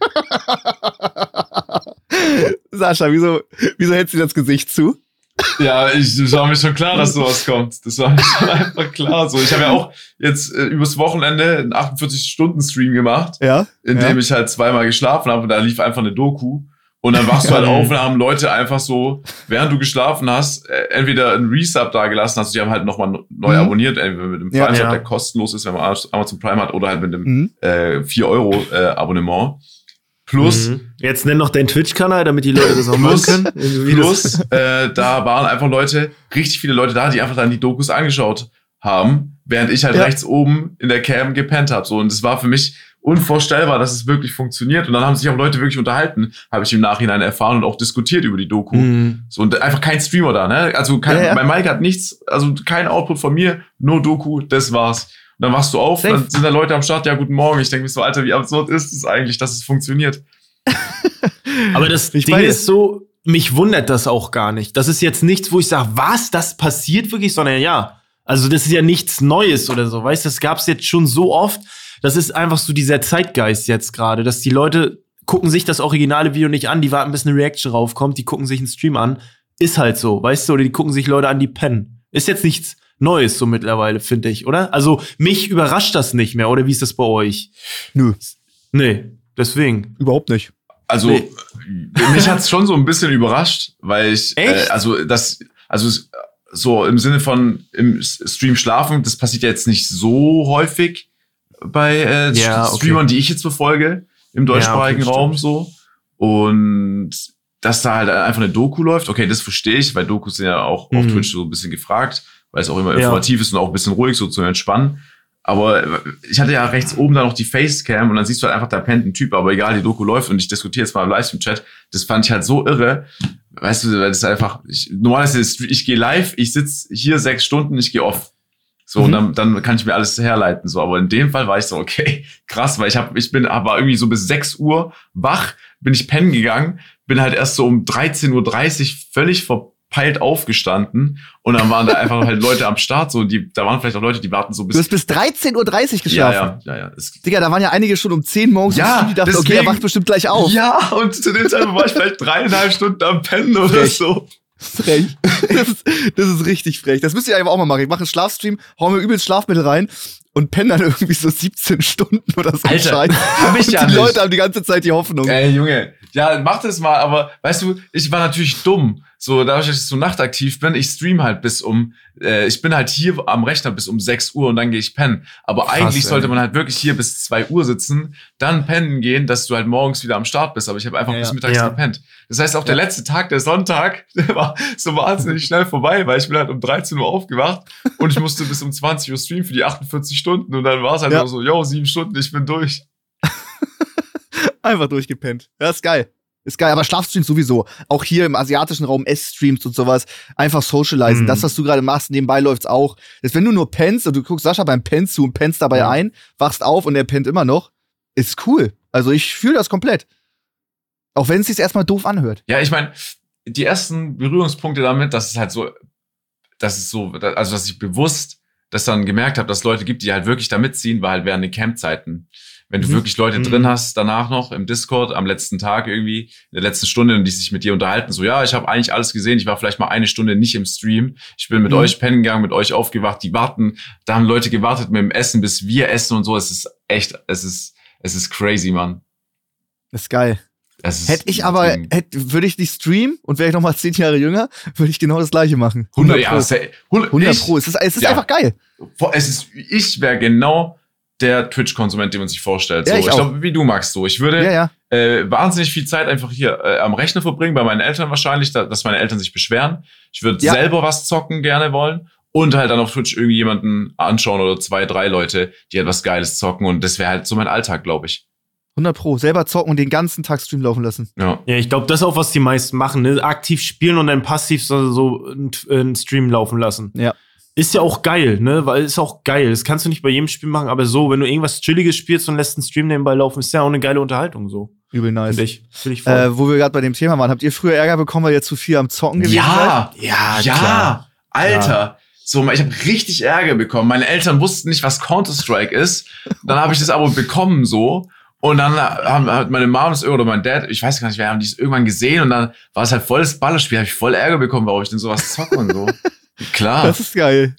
Sascha, wieso hältst du das Gesicht zu? Ja, das war mir schon klar, dass sowas kommt. Das war mir schon einfach klar. So, ich habe ja auch jetzt übers Wochenende einen 48-Stunden-Stream gemacht, in dem ich halt 2-mal geschlafen habe und da lief einfach eine Doku. Und dann wachst du halt auf und haben Leute einfach so, während du geschlafen hast, entweder einen Resub da gelassen hast, die haben halt nochmal neu abonniert, entweder mit dem Prime-Sub, der kostenlos ist, wenn man Amazon Prime hat, oder halt mit dem 4-Euro-Abonnement. Plus. Jetzt nenn noch deinen Twitch-Kanal, damit die Leute das auch machen können. Plus, da waren einfach richtig viele Leute da, die einfach dann die Dokus angeschaut haben, während ich halt rechts oben in der Cam gepennt habe. So, und es war für mich unvorstellbar, dass es wirklich funktioniert. Und dann haben sich auch Leute wirklich unterhalten, habe ich im Nachhinein erfahren und auch diskutiert über die Doku. So, und einfach kein Streamer da, ne? Also mein Mike hat nichts, also kein Output von mir, nur Doku, das war's. Und dann wachst du auf, dann sind da Leute am Start, ja, guten Morgen. Ich denke mir so, Alter, wie absurd ist es eigentlich, dass es funktioniert? Aber das Ding ist so, mich wundert das auch gar nicht. Das ist jetzt nichts, wo ich sage, was, das passiert wirklich, sondern also das ist ja nichts Neues oder so, weißt du, das gab's jetzt schon so oft. Das ist einfach so dieser Zeitgeist jetzt gerade, dass die Leute gucken sich das originale Video nicht an, die warten, bis eine Reaction raufkommt, die gucken sich einen Stream an. Ist halt so, weißt du, oder die gucken sich Leute an, die pennen. Ist jetzt nichts Neues so mittlerweile, finde ich, oder? Also mich überrascht das nicht mehr, oder wie ist das bei euch? Nö. Nee, deswegen. Überhaupt nicht. Also mich hat's schon so ein bisschen überrascht, weil ich, so im Sinne von im Stream schlafen, das passiert ja jetzt nicht so häufig bei Streamern, die ich jetzt verfolge, im deutschsprachigen Raum so. Und dass da halt einfach eine Doku läuft, okay, das verstehe ich, weil Dokus sind ja auch auf Twitch so ein bisschen gefragt, weil es auch immer informativ ist und auch ein bisschen ruhig, so zu entspannen. Aber ich hatte ja rechts oben da noch die Facecam und dann siehst du halt einfach, da pennt ein Typ, aber egal, die Doku läuft und ich diskutiere jetzt mal im Livestream-Chat, das fand ich halt so irre. Weißt du, das ist einfach, normalerweise ich gehe live, ich sitze hier 6 Stunden, ich gehe off. So, und dann kann ich mir alles herleiten, so. Aber in dem Fall war ich so, okay, krass, weil war irgendwie so bis 6 Uhr wach, bin ich pennen gegangen, bin halt erst so um 13.30 Uhr völlig verpeilt aufgestanden und dann waren da einfach halt Leute am Start, so, da waren vielleicht auch Leute, die warten so Du hast bis 13:30 Uhr geschlafen. Ja. Digga, da waren ja einige schon um 10 morgens Ja, und die dachten, deswegen, okay, er wacht bestimmt gleich auf. Ja, und zu dem Zeitpunkt war ich vielleicht 3,5 Stunden am Pennen oder Frech. so. Frech. Das ist richtig frech. Das müsst ihr einfach auch mal machen. Ich mache einen Schlafstream, hau mir übelst Schlafmittel rein und penne dann irgendwie so 17 Stunden oder so. Alter, Scheiß. hab ich und ja die nicht. Leute haben die ganze Zeit die Hoffnung. Ey, Junge, ja, mach das mal, aber weißt du, ich war natürlich dumm. So, dadurch, dass ich so nachtaktiv bin, ich stream halt ich bin halt hier am Rechner bis um 6 Uhr und dann gehe ich pennen. Aber eigentlich sollte man halt wirklich hier bis 2 Uhr sitzen, dann pennen gehen, dass du halt morgens wieder am Start bist. Aber ich habe einfach bis mittags gepennt. Das heißt, auch der letzte Tag, der Sonntag, der war so wahnsinnig schnell vorbei, weil ich bin halt um 13 Uhr aufgewacht und ich musste bis um 20 Uhr streamen für die 48 Stunden und dann war es halt nur so, 7 Stunden, ich bin durch. Einfach durchgepennt. Ja, ist geil. Ist geil, aber Schlafstreams sowieso. Auch hier im asiatischen Raum Essstreams und sowas. Einfach socialisen. Das, was du gerade machst, nebenbei läuft's auch. Dass wenn du nur pennst und du guckst Sascha beim Pennen zu und pennst dabei ein, wachst auf und er pennt immer noch, ist cool. Also ich fühle das komplett. Auch wenn es sich erstmal doof anhört. Ja, ich meine, die ersten Berührungspunkte damit, dass ich bewusst das dann gemerkt habe, dass es Leute gibt, die halt wirklich da mitziehen, war halt während den Campzeiten. Wenn du wirklich Leute drin hast, danach noch im Discord, am letzten Tag irgendwie, in der letzten Stunde, die sich mit dir unterhalten, so, ja, ich habe eigentlich alles gesehen, ich war vielleicht mal 1 Stunde nicht im Stream, ich bin mit euch pennen gegangen, mit euch aufgewacht, da haben Leute gewartet mit dem Essen, bis wir essen und so, es ist echt, es ist crazy, Mann. Das ist geil. Würde ich nicht streamen und wäre ich noch mal 10 Jahre jünger, würde ich genau das Gleiche machen. 100 Pro. Es ist einfach geil. Ich wäre genau der Twitch-Konsument, den man sich vorstellt. Ja, so, ich glaube, wie du magst so. Ich würde wahnsinnig viel Zeit einfach hier am Rechner verbringen, bei meinen Eltern wahrscheinlich, dass meine Eltern sich beschweren. Ich würde selber was zocken gerne wollen und halt dann auf Twitch irgendwie jemanden anschauen oder 2, 3 Leute, die halt was Geiles zocken und das wäre halt so mein Alltag, glaube ich. 100 Pro. Selber zocken und den ganzen Tag Stream laufen lassen. Ja, ich glaube, das ist auch, was die meisten machen, ne? Aktiv spielen und dann passiv so einen Stream laufen lassen. Ja. Ist ja auch geil, ne? Weil ist auch geil. Das kannst du nicht bei jedem Spiel machen, aber so, wenn du irgendwas Chilliges spielst und lässt einen Stream nebenbei laufen, ist ja auch eine geile Unterhaltung so. Übel nice. Find ich voll. Wo wir gerade bei dem Thema waren, habt ihr früher Ärger bekommen, weil ihr zu viel am Zocken gewesen seid? Ja, klar. Alter. Ja. So, ich habe richtig Ärger bekommen. Meine Eltern wussten nicht, was Counter-Strike ist. Dann habe ich das Abo bekommen so. Und dann hat meine Mom oder mein Dad, ich weiß gar nicht, wir haben dies irgendwann gesehen und dann war es halt voll das Ballerspiel. Habe ich voll Ärger bekommen, warum ich denn sowas zocke und so. Klar. Das ist geil.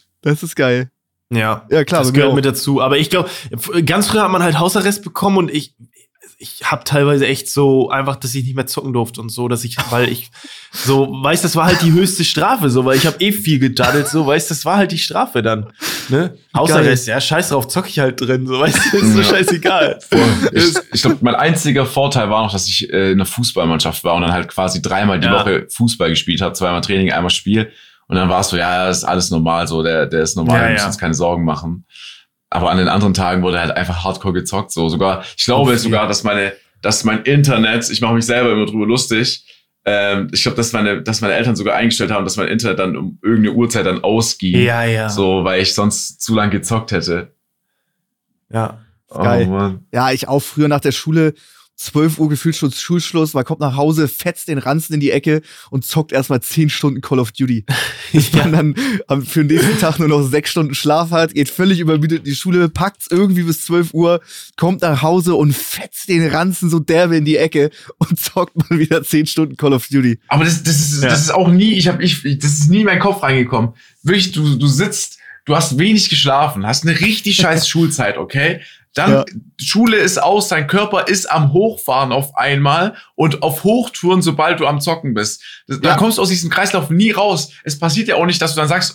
Ja, klar. Das gehört mit dazu. Aber ich glaube, ganz früher hat man halt Hausarrest bekommen und ich habe teilweise echt so einfach, dass ich nicht mehr zocken durfte und so, weil ich so, weißt, das war halt die höchste Strafe, so, weil ich habe viel gedaddelt, so, weißt, das war halt die Strafe dann, ne? Hausarrest, ja, scheiß drauf, zock ich halt drin, so, weißt du, ist so scheißegal. Ich glaube, mein einziger Vorteil war noch, dass ich in einer Fußballmannschaft war und dann halt quasi 3-mal die Woche Fußball gespielt habe, 2-mal Training, 1-mal Spiel und dann war es so, ja, das ist alles normal, so, der ist normal, wir müssen uns keine Sorgen machen. Aber an den anderen Tagen wurde halt einfach hardcore gezockt, so, ich glaube sogar, dass mein Internet, ich mache mich selber immer drüber lustig, ich glaube, dass meine Eltern sogar eingestellt haben, dass mein Internet dann um irgendeine Uhrzeit dann ausging. Ja. So, weil ich sonst zu lang gezockt hätte. Ja. Geil. Oh, Mann. Ja, ich auch früher nach der Schule, 12 Uhr gefühlt schon Schulschluss, man kommt nach Hause, fetzt den Ranzen in die Ecke und zockt erstmal 10 Stunden Call of Duty. Bis man dann für den nächsten Tag nur noch 6 Stunden Schlaf hat, geht völlig übermüdet in die Schule, packt's irgendwie bis 12 Uhr, kommt nach Hause und fetzt den Ranzen so derbe in die Ecke und zockt mal wieder 10 Stunden Call of Duty. Aber das ist auch nie, das ist nie in meinen Kopf reingekommen. Wirklich, du sitzt, du hast wenig geschlafen, hast eine richtig scheiß Schulzeit, okay? Dann Schule ist aus, dein Körper ist am Hochfahren auf einmal und auf Hochtouren, sobald du am Zocken bist. Dann kommst du aus diesem Kreislauf nie raus. Es passiert ja auch nicht, dass du dann sagst,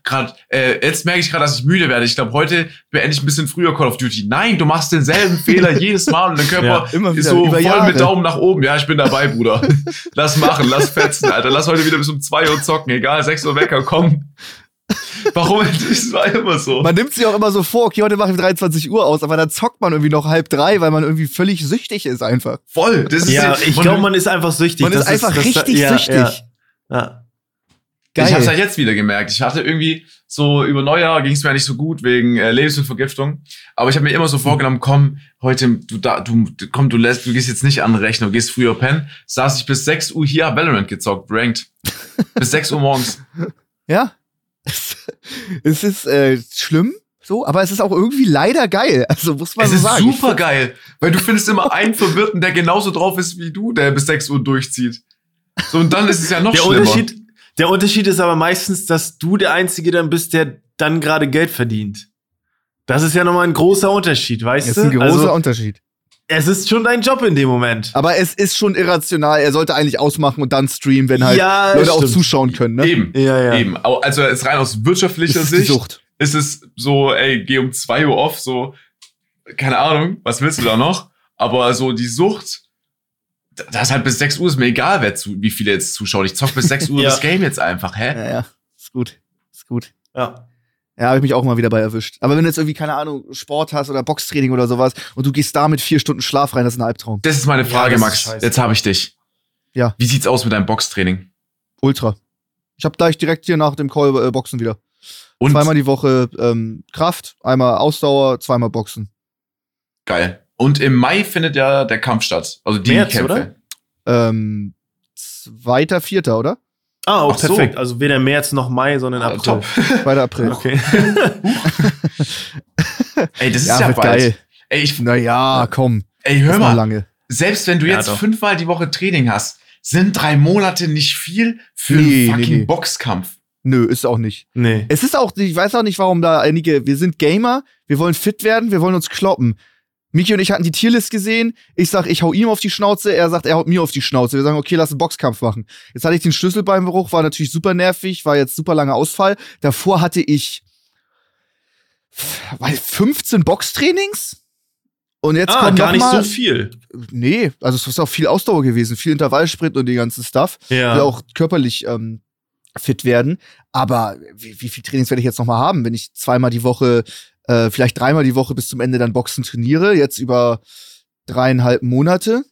jetzt merke ich gerade, dass ich müde werde. Ich glaube, heute beende ich ein bisschen früher Call of Duty. Nein, du machst denselben Fehler jedes Mal und dein Körper ist so voll Jahre. mit Daumen nach oben. Ja, ich bin dabei, Bruder. Lass machen, lass fetzen, Alter. Lass heute wieder bis um 2 Uhr zocken. Egal, 6 Uhr Wecker, komm. Warum? Das war immer so. Man nimmt sich auch immer so vor, okay, heute mache ich 23 Uhr aus, aber dann zockt man irgendwie noch 2:30, weil man irgendwie völlig süchtig ist einfach. Voll. Ich glaube, man ist einfach süchtig. Man ist einfach richtig süchtig. Ja. Geil. Ich habe es halt jetzt wieder gemerkt. Ich hatte irgendwie so über Neujahr ging es mir ja nicht so gut wegen Lebensmittelvergiftung. Aber ich habe mir immer so vorgenommen, komm, heute, du gehst jetzt nicht an den Rechner, du gehst früher pennen. Saß ich bis 6 Uhr hier, hab Valorant gezockt, ranked. Bis 6 Uhr morgens. Ja. Es ist schlimm, so, aber es ist auch irgendwie leider geil. Also muss man so sagen. Es ist super geil, weil du findest immer einen Verwirrten, der genauso drauf ist wie du, der bis 6 Uhr durchzieht. So, und dann ist es ja noch schlimmer. Der Unterschied ist aber meistens, dass du der Einzige dann bist, der dann gerade Geld verdient. Das ist ja nochmal ein großer Unterschied, weißt du? Das ist ein großer Unterschied. Es ist schon dein Job in dem Moment. Aber es ist schon irrational. Er sollte eigentlich ausmachen und dann streamen, wenn halt Leute auch zuschauen können. Ne? Eben. Also jetzt rein aus wirtschaftlicher Sicht ist es so, ey, geh um 2 Uhr off, so, keine Ahnung, was willst du da noch? Aber so die Sucht, das halt bis 6 Uhr ist mir egal, wie viele jetzt zuschauen. Ich zock bis 6 Uhr das Game jetzt einfach, hä? Ja, ist gut. Ja. Ja, habe ich mich auch mal wieder bei erwischt. Aber wenn du jetzt irgendwie, keine Ahnung, Sport hast oder Boxtraining oder sowas und du gehst da mit 4 Stunden Schlaf rein, das ist ein Albtraum. Das ist meine Frage, Max. Jetzt habe ich dich. Ja. Wie sieht's aus mit deinem Boxtraining? Ultra. Ich habe gleich direkt hier nach dem Call Boxen wieder. Und? 2-mal die Woche Kraft, einmal Ausdauer, 2-mal Boxen. Geil. Und im Mai findet ja der Kampf statt. Also die März, Kämpfe. oder? 2., 4., oder? Ah, Ach so. perfekt. Also weder März noch Mai, sondern April. Top. 2. April. Okay. Ey, das ist ja wird bald. geil. Ey, komm. Ey, hör mal. Lange. Selbst wenn du jetzt doch. 5-mal die Woche Training hast, sind 3 Monate nicht viel für einen fucking Boxkampf. Nö, ist auch nicht. Nee. Es ist auch, ich weiß auch nicht, warum da einige, wir sind Gamer, wir wollen fit werden, wir wollen uns kloppen. Miki und ich hatten die Tierlist gesehen. Ich sag, ich hau ihm auf die Schnauze. Er sagt, er haut mir auf die Schnauze. Wir sagen, okay, lass einen Boxkampf machen. Jetzt hatte ich den Schlüsselbeinbruch, war natürlich super nervig, war jetzt super langer Ausfall. Davor hatte ich 15 Boxtrainings. Und jetzt kommt gar noch nicht mal, so viel. Nee, also es ist auch viel Ausdauer gewesen, viel Intervallsprint und die ganzen Stuff. Ja. Will auch körperlich fit werden. Aber wie viel Trainings werde ich jetzt noch mal haben, wenn ich 2-mal die Woche vielleicht 3-mal die Woche bis zum Ende dann Boxen trainiere, jetzt über 3,5 Monate.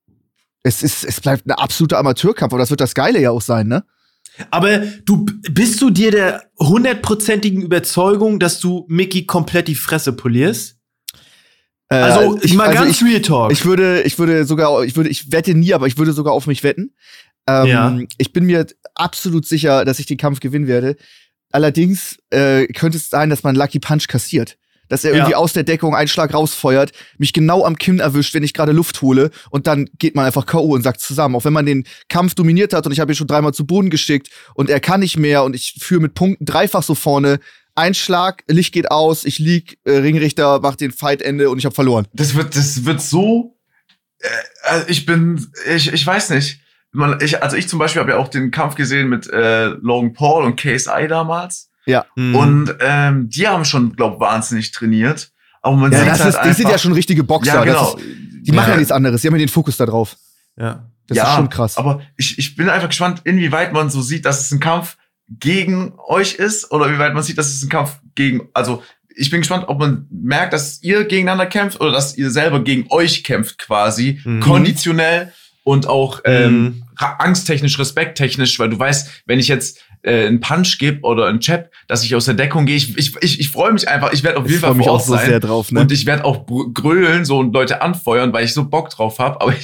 Es bleibt ein absoluter Amateurkampf, aber das wird das Geile ja auch sein, ne? Aber bist du dir der 100%igen Überzeugung, dass du Mickey komplett die Fresse polierst? Ich Real Talk. Ich wette nie, aber ich würde sogar auf mich wetten. Ich bin mir absolut sicher, dass ich den Kampf gewinnen werde. Allerdings könnte es sein, dass man Lucky Punch kassiert. Dass er irgendwie aus der Deckung einen Schlag rausfeuert, mich genau am Kinn erwischt, wenn ich gerade Luft hole und dann geht man einfach K.O. und sagt zusammen. Auch wenn man den Kampf dominiert hat und ich habe ihn schon 3-mal zu Boden geschickt und er kann nicht mehr und ich führe mit Punkten 3-fach so vorne. Ein Schlag, Licht geht aus, ich lieg, Ringrichter macht den Fight-Ende und ich habe verloren. Das wird so. Ich weiß nicht. Ich zum Beispiel habe ja auch den Kampf gesehen mit Logan Paul und KSI damals. Ja. Und die haben schon, glaube ich, wahnsinnig trainiert. Aber man sieht halt die sind ja schon richtige Boxer. Ja, genau. Die machen ja nichts anderes. Die haben ja den Fokus da drauf. Ja. Das ist schon krass. Aber ich bin einfach gespannt, inwieweit man so sieht, dass es ein Kampf gegen euch ist oder wie weit man sieht, dass es ein Kampf gegen, also ich bin gespannt, ob man merkt, dass ihr gegeneinander kämpft oder dass ihr selber gegen euch kämpft quasi, konditionell und auch angsttechnisch, respekttechnisch, weil du weißt, wenn ich jetzt einen Punch gebe oder einen Jab, dass ich aus der Deckung gehe, ich freue mich einfach, ich werde auf jeden Fall vor Ort sein sehr drauf, ne? Und ich werde auch grölen so und Leute anfeuern, weil ich so Bock drauf habe, aber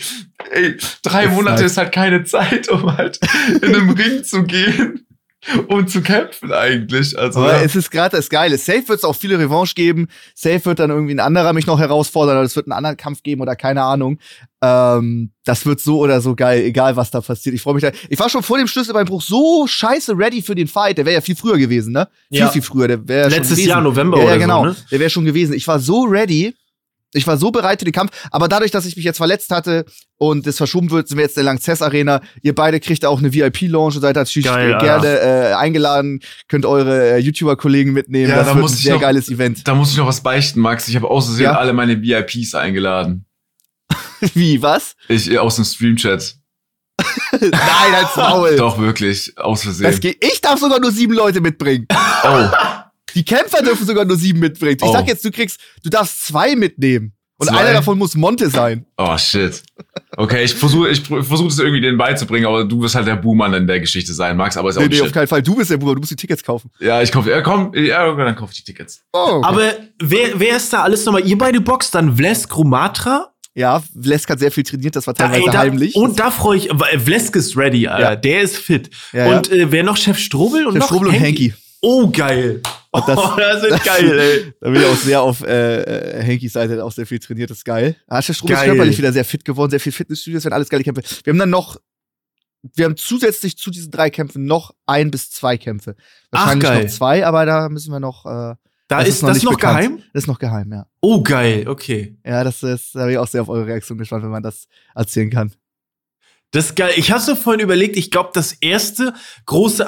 3 Monate ist halt keine Zeit, um halt in einem Ring zu gehen und zu kämpfen eigentlich. Also, aber es ist gerade das Geile. Safe wird es auch viele Revanche geben. Safe wird dann irgendwie ein anderer mich noch herausfordern oder es wird einen anderen Kampf geben oder keine Ahnung. Das wird so oder so geil, egal was da passiert. Ich freue mich da. Ich war schon vor dem Schlüsselbeinbruch so scheiße ready für den Fight. Der wäre ja viel früher gewesen, ne? Viel früher. Der wäre letztes Jahr November oder so, genau. Ne? Der wäre schon gewesen. Ich war so ready. Ich war so bereit für den Kampf, aber dadurch, dass ich mich jetzt verletzt hatte und es verschoben wird, sind wir jetzt in der Lanxess Arena. Ihr beide kriegt auch eine VIP-Lounge und seid natürlich gerne eingeladen, könnt eure YouTuber-Kollegen mitnehmen. Ja, das wird ein sehr geiles Event. Da muss ich noch was beichten, Max. Ich habe außersehen alle meine VIPs eingeladen. Wie, was? Aus dem Stream-Chat. Nein, als Maul. Doch, wirklich, aus Versehen. Ich darf sogar nur 7 Leute mitbringen. Oh. Die Kämpfer dürfen sogar nur 7 mitbringen. Ich sag jetzt, du darfst 2 mitnehmen. Und einer davon muss Monte sein. Oh, shit. Okay, ich versuche das irgendwie denen beizubringen, aber du wirst halt der Buhmann in der Geschichte sein, Max. Aber ist auch nee, auf keinen Fall. Du bist der Buhmann, du musst die Tickets kaufen. Ja, ich kaufe, dann kaufe ich die Tickets. Oh, okay. Aber wer ist da alles nochmal? Ihr beide boxt dann Vlesk Rumatra Ja, Vlesk hat sehr viel trainiert, das war teilweise heimlich. Und da freue ich, Vlesk ist ready, Alter. Ja. Der ist fit. Ja, und wer noch? Chef Strobel und Chef Strobel und Henki. Oh, geil. Und das ist geil, ey. Da bin ich auch sehr auf Henkis Seite, hat auch sehr viel trainiert, das ist geil. Chef Strobel ist körperlich wieder sehr fit geworden, sehr viel Fitnessstudios, werden alles geile Kämpfe. Wir haben zusätzlich zu diesen 3 Kämpfen noch 1 bis 2 Kämpfe. Wahrscheinlich noch 2, aber da müssen wir noch. Das ist noch geheim? Das ist noch geheim, ja. Oh, geil, okay. Ja, da bin ich auch sehr auf eure Reaktion gespannt, wenn man das erzählen kann. Das ist geil. Ich habe so vorhin überlegt, ich glaube, der erste große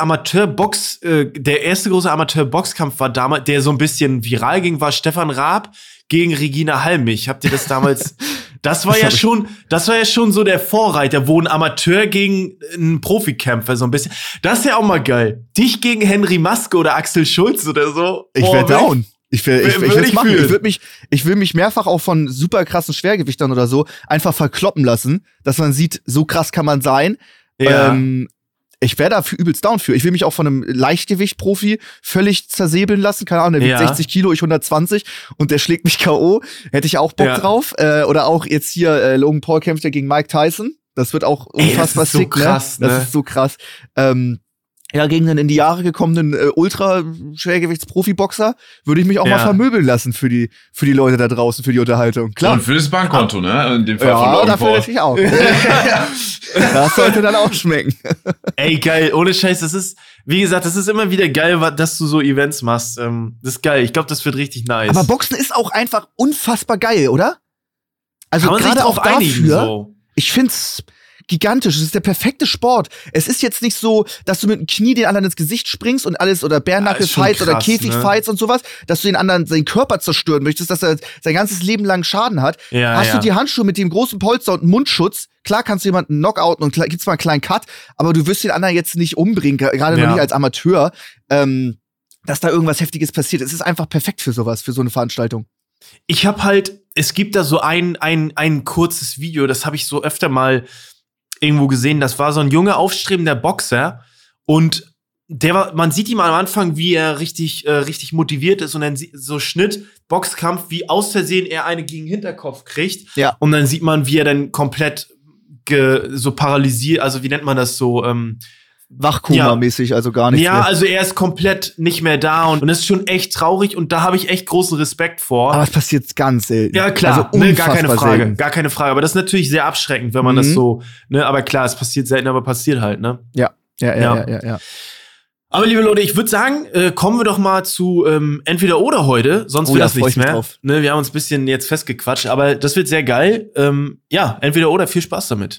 Amateur-Boxkampf war damals, der so ein bisschen viral ging, war Stefan Raab gegen Regina Halmich. Habt ihr das damals? Das war ja schon so der Vorreiter, wo ein Amateur gegen einen Profikämpfer so ein bisschen. Das ist ja auch mal geil. Dich gegen Henry Maske oder Axel Schulz oder so. Ich wär down. Ich will mich mehrfach auch von super krassen Schwergewichtern oder so einfach verkloppen lassen, dass man sieht, so krass kann man sein. Ja. Ich wäre dafür übelst down für. Ich will mich auch von einem Leichtgewicht-Profi völlig zersäbeln lassen. Keine Ahnung, der wiegt 60 Kilo, ich 120 und der schlägt mich K.O. Hätte ich auch Bock drauf. Oder auch jetzt hier Logan Paul kämpft ja gegen Mike Tyson. Das wird auch unfassbar sick, krass, ne? Das ist so krass. Gegen einen in die Jahre gekommenen Ultra-Schwergewichts-Profiboxer würde ich mich auch mal vermöbeln lassen für die Leute da draußen, für die Unterhaltung. Klar. Und für das Bankkonto, ne? In dem Fall von Logan dafür Paul. natürlich auch. Das sollte dann auch schmecken. Ey, geil, ohne Scheiß, das ist, wie gesagt, das ist immer wieder geil, dass du so Events machst. Das ist geil, ich glaube, das wird richtig nice. Aber Boxen ist auch einfach unfassbar geil, oder? Also gerade auch einigen, dafür, so. Ich find's gigantisch. Es ist der perfekte Sport. Es ist jetzt nicht so, dass du mit dem Knie den anderen ins Gesicht springst und alles oder Bärnackel-Fights oder Käfig-Fights und sowas, dass du den anderen seinen Körper zerstören möchtest, dass er sein ganzes Leben lang Schaden hat. Hast du die Handschuhe mit dem großen Polster und Mundschutz, klar kannst du jemanden knockouten und gibt's mal einen kleinen Cut, aber du wirst den anderen jetzt nicht umbringen, gerade noch nicht als Amateur, dass da irgendwas Heftiges passiert. Es ist einfach perfekt für sowas, für so eine Veranstaltung. Ich habe halt, es gibt da so ein kurzes Video, das habe ich so öfter mal irgendwo gesehen. Das war so ein junger, aufstrebender Boxer und man sieht ihm am Anfang, wie er richtig motiviert ist und dann so Schnitt, Boxkampf, wie aus Versehen er eine gegen den Hinterkopf kriegt. Ja. Und dann sieht man, wie er dann komplett so paralysiert, also wie nennt man das so, Wachkoma-mäßig, also gar nichts mehr. Also er ist komplett nicht mehr da und das ist schon echt traurig und da habe ich echt großen Respekt vor. Aber es passiert ganz selten. Ja, klar, also gar keine Frage. Aber das ist natürlich sehr abschreckend, wenn man das so, ne, aber klar, es passiert selten, aber passiert halt, ne? Ja. Aber liebe Leute, ich würde sagen, kommen wir doch mal zu entweder oder heute, sonst wird das nichts mehr. Drauf. Ne, wir haben uns ein bisschen jetzt festgequatscht, aber das wird sehr geil. Entweder oder, viel Spaß damit.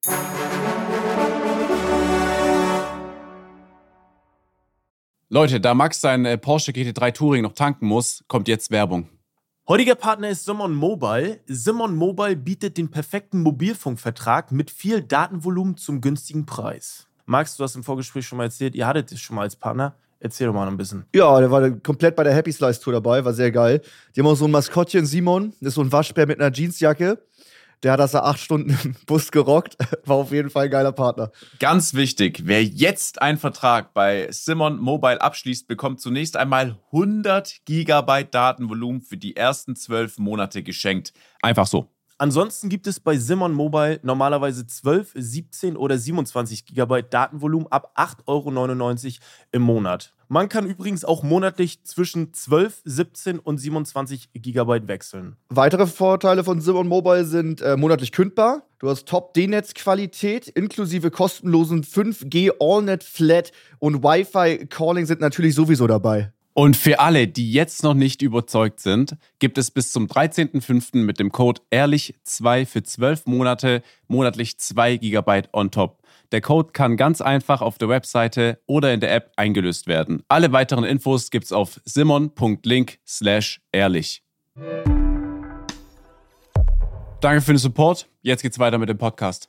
Leute, da Max sein Porsche GT3 Touring noch tanken muss, kommt jetzt Werbung. Heutiger Partner ist Simon Mobile. Simon Mobile bietet den perfekten Mobilfunkvertrag mit viel Datenvolumen zum günstigen Preis. Max, du hast im Vorgespräch schon mal erzählt, ihr hattet es schon mal als Partner. Erzähl doch mal ein bisschen. Ja, der war komplett bei der Happy Slice Tour dabei, war sehr geil. Die haben auch so ein Maskottchen, Simon, das ist so ein Waschbär mit einer Jeansjacke. Der hat das da 8 Stunden im Bus gerockt. War auf jeden Fall ein geiler Partner. Ganz wichtig, wer jetzt einen Vertrag bei Simon Mobile abschließt, bekommt zunächst einmal 100 GB Datenvolumen für die ersten 12 Monate geschenkt. Einfach so. Ansonsten gibt es bei Simon Mobile normalerweise 12, 17 oder 27 GB Datenvolumen ab 8,99 € im Monat. Man kann übrigens auch monatlich zwischen 12, 17 und 27 GB wechseln. Weitere Vorteile von Simon Mobile sind monatlich kündbar. Du hast Top-D-Netz-Qualität inklusive kostenlosen 5G AllNet Flat und Wi-Fi-Calling sind natürlich sowieso dabei. Und für alle, die jetzt noch nicht überzeugt sind, gibt es bis zum 13.05. mit dem Code EHRLICH2 für 12 Monate monatlich 2 GB on top. Der Code kann ganz einfach auf der Webseite oder in der App eingelöst werden. Alle weiteren Infos gibt's auf simon.link/ehrlich. Danke für den Support. Jetzt geht's weiter mit dem Podcast.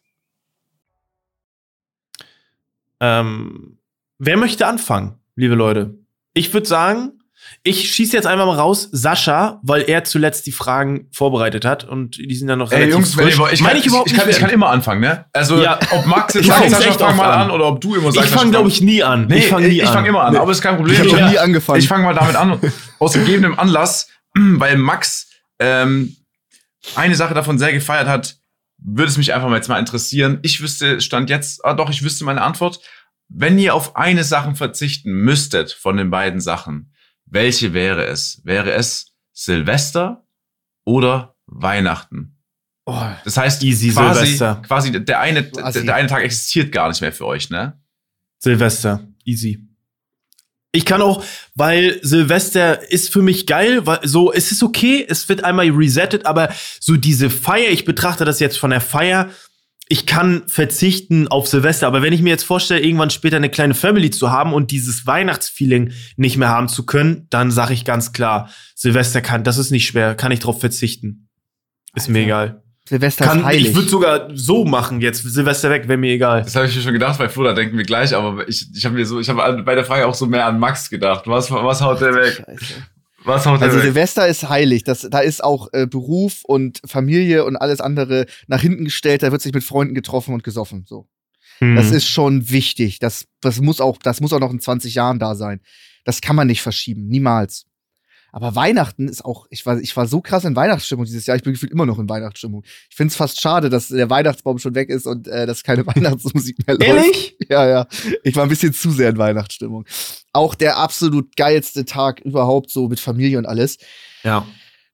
Wer möchte anfangen, liebe Leute? Ich würde sagen, ich schieße jetzt einfach mal raus, Sascha, weil er zuletzt die Fragen vorbereitet hat und die sind dann noch relativ Jungs, frisch. ich kann immer anfangen, ne? Also, ob Max jetzt sagt, Sascha, fang mal an oder ob du immer sagst, ich fange, glaube ich, nie an. Nee, ich fange immer an, aber ist kein Problem. Ich habe nie angefangen. Ich fange mal damit an, aus gegebenem Anlass, weil Max eine Sache davon sehr gefeiert hat, würde es mich einfach mal jetzt mal interessieren. Ich wüsste meine Antwort. Wenn ihr auf eine Sache verzichten müsstet von den beiden Sachen, welche wäre es? Wäre es Silvester oder Weihnachten? Oh, das heißt, easy quasi der eine Tag existiert gar nicht mehr für euch, ne? Silvester, easy. Ich kann auch, weil Silvester ist für mich geil, weil so, es ist okay, es wird einmal resettet, aber so diese Feier, ich betrachte das jetzt von der Feier, ich kann verzichten auf Silvester, aber wenn ich mir jetzt vorstelle, irgendwann später eine kleine Family zu haben und dieses Weihnachtsfeeling nicht mehr haben zu können, dann sage ich ganz klar, Silvester das ist nicht schwer, kann ich drauf verzichten. Ist mir egal. Silvester ist heilig. Ich würde sogar so machen jetzt, Silvester weg, wäre mir egal. Das habe ich mir schon gedacht, bei Flo, da denken wir gleich, aber ich habe bei der Frage auch so mehr an Max gedacht. Was haut der weg? Scheiße. Was haut der Also weg? Silvester ist heilig. Da ist auch Beruf und Familie und alles andere nach hinten gestellt. Da wird sich mit Freunden getroffen und gesoffen. So. Das ist schon wichtig. Das muss auch noch in 20 Jahren da sein. Das kann man nicht verschieben. Niemals. Aber Weihnachten ist auch, ich war so krass in Weihnachtsstimmung dieses Jahr, ich bin gefühlt immer noch in Weihnachtsstimmung. Ich find's fast schade, dass der Weihnachtsbaum schon weg ist und dass keine Weihnachtsmusik mehr läuft. Ehrlich? Ja. Ich war ein bisschen zu sehr in Weihnachtsstimmung. Auch der absolut geilste Tag überhaupt, so mit Familie und alles. Ja.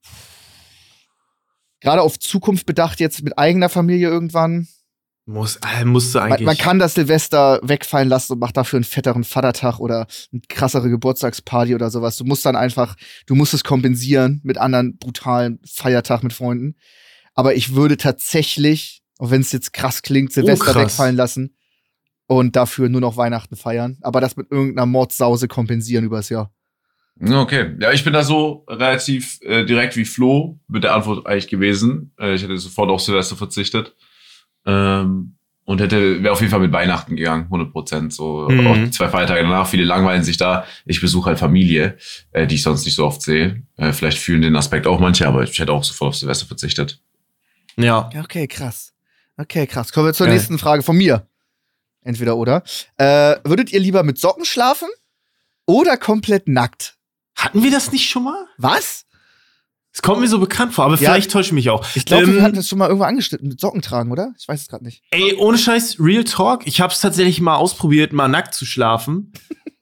Gerade auf Zukunft bedacht, jetzt mit eigener Familie irgendwann. Musste eigentlich. Man kann das Silvester wegfallen lassen und macht dafür einen fetteren Vatertag oder eine krassere Geburtstagsparty oder sowas. Du musst es kompensieren mit anderen brutalen Feiertag mit Freunden. Aber ich würde tatsächlich, auch wenn es jetzt krass klingt, Silvester wegfallen lassen und dafür nur noch Weihnachten feiern. Aber das mit irgendeiner Mordsause kompensieren übers Jahr. Okay. Ja, ich bin da so relativ direkt wie Flo mit der Antwort eigentlich gewesen. Ich hätte sofort auf Silvester verzichtet. Und wäre auf jeden Fall mit Weihnachten gegangen, 100%. So auch die 2 Feiertage danach. Viele langweilen sich da. Ich besuche halt Familie, die ich sonst nicht so oft sehe. Vielleicht fühlen den Aspekt auch manche, aber ich hätte auch sofort auf Silvester verzichtet. Ja. Okay, krass. Kommen wir zur nächsten Frage von mir. Entweder oder. Würdet ihr lieber mit Socken schlafen oder komplett nackt? Hatten wir das nicht schon mal? Was? Es kommt mir so bekannt vor, aber vielleicht täusche ich mich auch. Ich glaube, wir hatten das schon mal irgendwo angeschnitten mit Socken tragen, oder? Ich weiß es gerade nicht. Ey, ohne Scheiß, Real Talk. Ich habe es tatsächlich mal ausprobiert, mal nackt zu schlafen.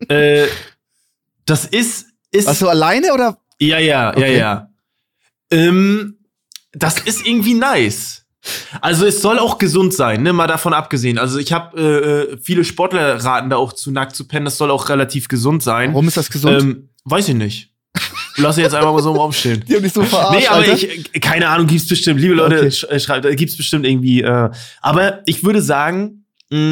Das ist. Warst du alleine oder? Ja. Das ist irgendwie nice. Also es soll auch gesund sein, ne? Mal davon abgesehen. Also ich habe viele Sportler raten da auch zu nackt zu pennen. Das soll auch relativ gesund sein. Warum ist das gesund? Weiß ich nicht. Lass jetzt einfach mal so im Raum stehen. Die haben dich so verarscht, nee, aber Alter. keine Ahnung, gibt's bestimmt. Liebe Leute, schreibt, gibt's bestimmt irgendwie. Aber ich würde sagen,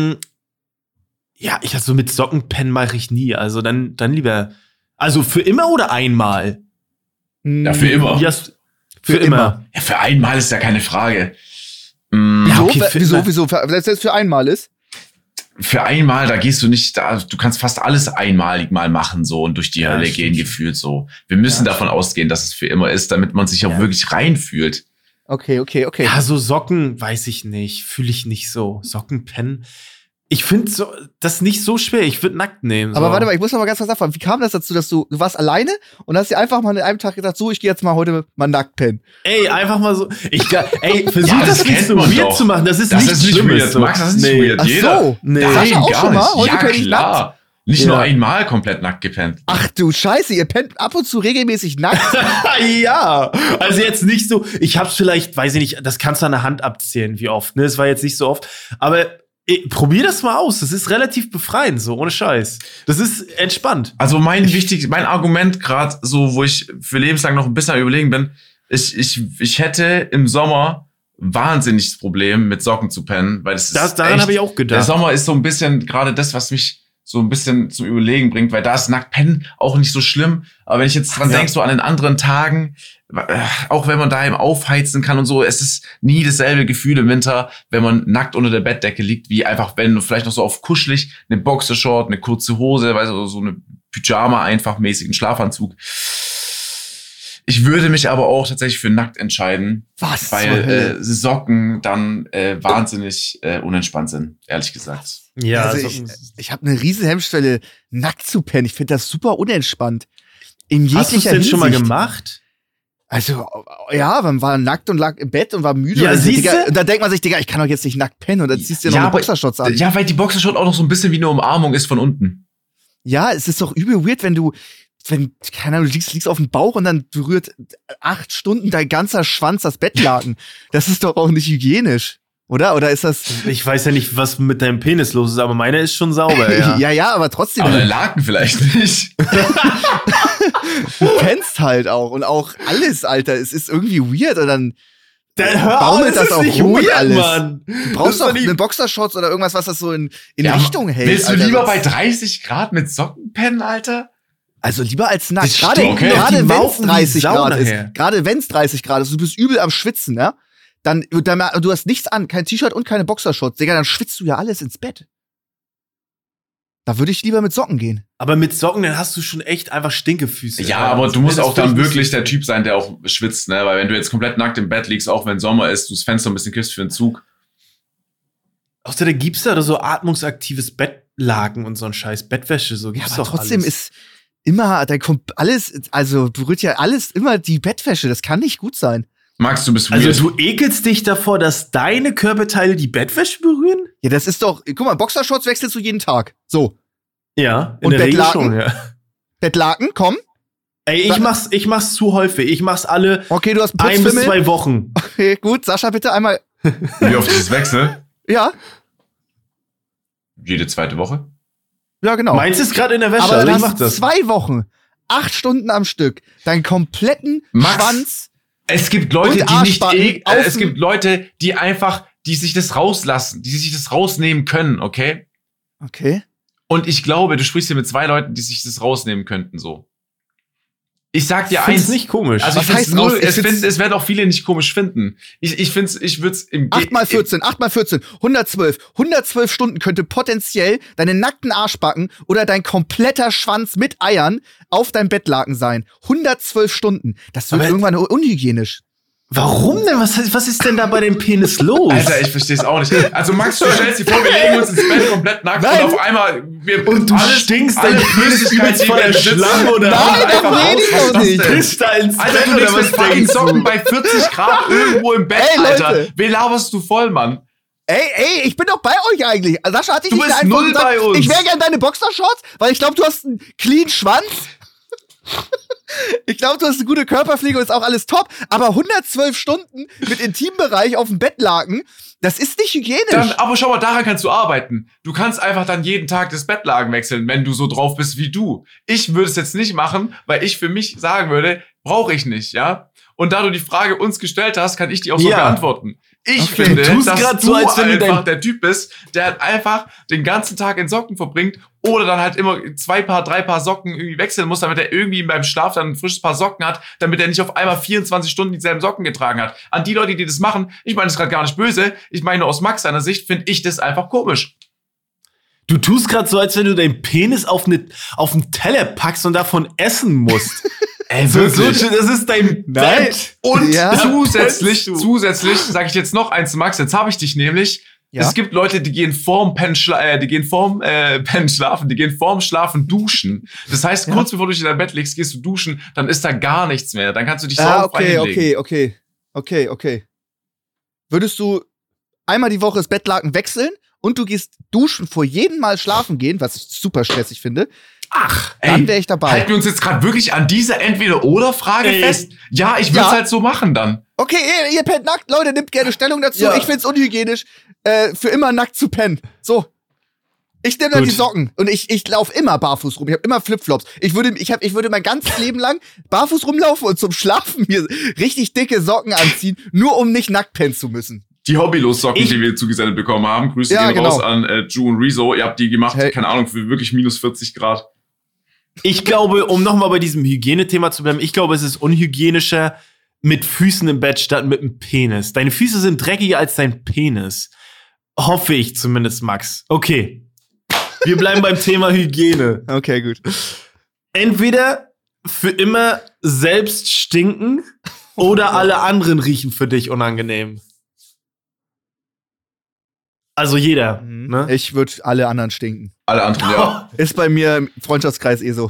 so mit Socken pennen mache ich nie. Also dann lieber. Also für immer oder einmal? Ja, für immer. Ja, für immer. Ja, für einmal ist ja keine Frage. Ja, okay, wieso? Wenn das jetzt für einmal ist? Für einmal, da gehst du nicht, du kannst fast alles einmalig mal machen so und durch die Hölle gehen gefühlt so. Wir müssen davon ausgehen, dass es für immer ist, damit man sich auch wirklich reinfühlt. Okay. Ja, so Socken, weiß ich nicht, fühle ich nicht so. Socken pennen. Ich finde so, das nicht so schwer. Ich würde nackt nehmen. So. Aber warte mal, ich muss noch mal ganz was nachfragen. Wie kam das dazu, dass du warst alleine und hast dir einfach mal an einem Tag gedacht, so, ich gehe jetzt mal heute mal nackt pennen? Ey, einfach mal so. Versuch Ja, das nicht so weird zu machen. Das ist nicht weird. So. Max, das ist nicht weird. Ach so. Nein, Sascha auch gar schon mal? nicht. Heute Ja, penn ich klar. nackt. Nicht nur einmal komplett nackt gepennt. Ach du Scheiße, ihr pennt ab und zu regelmäßig nackt? Ja, also jetzt nicht so. Ich hab's vielleicht, weiß ich nicht, das kannst du an der Hand abzählen, wie oft. Ne, es war jetzt nicht so oft. Aber probier das mal aus. Das ist relativ befreiend, so ohne Scheiß. Das ist entspannt. Also mein Argument gerade so, wo ich für lebenslang noch ein bisschen am Überlegen bin, ich hätte im Sommer wahnsinniges Problem mit Socken zu pennen, weil daran habe ich auch gedacht. Der Sommer ist so ein bisschen gerade das, was mich so ein bisschen zum Überlegen bringt, weil da ist nackt pennen auch nicht so schlimm. Aber wenn ich jetzt dran denke, so an den anderen Tagen, auch wenn man daheim aufheizen kann und so, es ist nie dasselbe Gefühl im Winter, wenn man nackt unter der Bettdecke liegt, wie einfach, wenn du vielleicht noch so auf kuschelig eine Boxershort, eine kurze Hose, weißt du, so eine Pyjama einfach mäßigen Schlafanzug. Ich würde mich aber auch tatsächlich für nackt entscheiden, Was? weil Socken dann wahnsinnig unentspannt sind, ehrlich gesagt. Ja, also ich habe eine riesen Hemmschwelle, nackt zu pennen. Ich finde das super unentspannt. In jeglicher Hast du es denn schon mal Hinsicht. gemacht? Also, ja, man war nackt und lag im Bett und war müde. Ja, siehste? Und da denkt man sich, Digga, ich kann doch jetzt nicht nackt pennen. Und dann ziehst du dir noch eine Boxershorts an. Ja, weil die Boxershort auch noch so ein bisschen wie eine Umarmung ist von unten. Ja, es ist doch übel weird, keine Ahnung, du liegst auf dem Bauch und dann berührt 8 Stunden dein ganzer Schwanz das Bettlaken. Das ist doch auch nicht hygienisch. Oder ist das. Ich weiß ja nicht, was mit deinem Penis los ist, aber meiner ist schon sauber, ja. ja, aber trotzdem. Aber der Laken vielleicht nicht. Du kennst halt auch. Und auch alles, Alter. Es ist irgendwie weird. Und dann Hör baumelt das auch nicht rum und weird, alles. Mann. Du brauchst doch eine Boxershorts oder irgendwas, was das so in Richtung hält. Willst du Alter. lieber bei 30 Grad mit Socken pennen, Alter? Also lieber als nackt. Das Gerade stinkt doch, wenn die es Maufen wie 30 Sau Grad nachher. ist. Gerade wenn es 30 Grad ist, du bist übel am Schwitzen, ja? Dann du hast nichts an, kein T-Shirt und keine Boxershorts. Digga, dann schwitzt du ja alles ins Bett. Da würde ich lieber mit Socken gehen. Aber mit Socken, dann hast du schon echt einfach Stinkefüße. Ja, aber du musst auch dann wirklich der Typ sein, der auch schwitzt, ne? Weil wenn du jetzt komplett nackt im Bett liegst, auch wenn Sommer ist, du das Fenster ein bisschen kippst für den Zug. Außerdem gibt's da so atmungsaktives Bettlaken und so ein Scheiß Bettwäsche, so gibt's Aber doch trotzdem alles. ist immer, da kommt alles, also berührt ja alles immer die Bettwäsche. Das kann nicht gut sein. Max, du bist weird. Also du ekelst dich davor, dass deine Körperteile die Bettwäsche berühren? Ja, das ist doch, guck mal, Boxershorts wechselst du jeden Tag. So. Ja, in Und der Regel Bettlaken? schon, ja. Bettlaken, komm. Ey, ich mach's zu häufig. Ich mach's alle Okay, du hast 1 bis Putzfimmel. 2 Wochen. Okay, gut. Sascha, bitte einmal. Wie oft ist das Wechsel? Ja, Jede zweite Woche? ja, genau. Meins ist gerade in der Wäsche, Aber also dann ich mach hast du das. 2 Wochen, 8 Stunden am Stück, deinen kompletten Max, Schwanz. Es gibt Leute, Und die nicht Arschbacken auf es gibt Leute, die sich das rauslassen, die sich das rausnehmen können, okay? Okay. Und ich glaube, du sprichst hier mit 2 Leuten, die sich das rausnehmen könnten, so. Ich sag dir Find's eins. nicht komisch. Also Was ich heißt find's null, raus? Ich find's- es werden auch viele nicht komisch finden. Ich würd's im 8 mal 14, 8 mal 14, 112. 112 Stunden könnte potenziell deine nackten Arschbacken oder dein kompletter Schwanz mit Eiern auf deinem Bettlaken sein. 112 Stunden. Das wird Aber- irgendwann unhygienisch. Warum denn? Was ist denn da bei dem Penis los? Alter, ich versteh's auch nicht. Also Max, du stellst dir vor, wir legen uns ins Bett komplett nackt Nein. und auf einmal Und du stinkst alle dein Penis Flüssigkeit, übelst die voller wir besitzen, Schlamm oder Nein, kommt einfach darum raus. rede ich Was ist doch das nicht. denn? Bist da ins Alter, Bett du oder liegst mit was fucking denkst Socken du? bei 40 Grad irgendwo im Bett, Ey, Leute. Alter. Wen laberst du voll, Mann? Ey, ich bin doch bei euch eigentlich. Sascha, hat dich Du nicht bist einfach null gesagt, bei uns. ich wäre gern deine Boxershorts, weil ich glaube, du hast einen clean Schwanz. Ich glaube, du hast eine gute Körperpflege und ist auch alles top. Aber 112 Stunden mit Intimbereich auf dem Bettlaken, das ist nicht hygienisch. Dann, aber schau mal, daran kannst du arbeiten. Du kannst einfach dann jeden Tag das Bettlaken wechseln, wenn du so drauf bist wie du. Ich würde es jetzt nicht machen, weil ich für mich sagen würde, brauche ich nicht, ja? Und da du die Frage uns gestellt hast, kann ich die auch so Ja. beantworten. Ich Okay. finde, Du tust dass grad du so, als wenn du einfach dein- der Typ bist, der halt einfach den ganzen Tag in Socken verbringt oder dann halt immer 3 Paar Socken irgendwie wechseln muss, damit er irgendwie beim Schlaf dann ein frisches Paar Socken hat, damit er nicht auf einmal 24 Stunden dieselben Socken getragen hat. An die Leute, die das machen, ich meine das ist gerade gar nicht böse, ich meine nur aus Max seiner Sicht, finde ich das einfach komisch. Du tust gerade so, als wenn du deinen Penis auf einen Teller packst und davon essen musst. Ey, das ist dein Nein. Bett. Und Ja. zusätzlich pennst sage ich jetzt noch eins, Max, jetzt habe ich dich nämlich. Ja. Es gibt Leute, die gehen vorm Pennen schlafen, die gehen vorm Schlafen duschen. Das heißt, kurz bevor du dich in dein Bett legst, gehst du duschen, dann ist da gar nichts mehr. Dann kannst du dich sauber hinlegen. Okay. Würdest du einmal die Woche das Bettlaken wechseln und du gehst duschen vor jedem Mal schlafen gehen, was ich super stressig finde, Ach, dann wäre ich dabei. Halten wir uns jetzt gerade wirklich an dieser Entweder-Oder-Frage Ey. fest? Ja, ich würde es Ja. halt so machen dann. Okay, ihr pennt nackt, Leute, nimmt gerne Stellung dazu. Ja. Ich find's unhygienisch, für immer nackt zu pennen. So. Ich nehme dann Gut. die Socken und ich laufe immer barfuß rum. Ich habe immer Flipflops. Ich würde mein ganzes Leben lang barfuß rumlaufen und zum Schlafen mir richtig dicke Socken anziehen, nur um nicht nackt pennen zu müssen. Die Hobbylos-Socken, die wir zugesendet bekommen haben, Grüße Ja, gehen genau. raus an Ju und Rezo. Ihr habt die gemacht, Hey. keine Ahnung, für wirklich minus 40 Grad. Ich glaube, um nochmal bei diesem Hygienethema zu bleiben, ich glaube, es ist unhygienischer mit Füßen im Bett statt mit einem Penis. Deine Füße sind dreckiger als dein Penis. Hoffe ich zumindest, Max. Okay. Wir bleiben beim Thema Hygiene. Okay, gut. Entweder für immer selbst stinken oder alle anderen riechen für dich unangenehm. Also jeder. Ne? Ich würde alle anderen stinken. Alle anderen, ja. Ist bei mir im Freundschaftskreis so.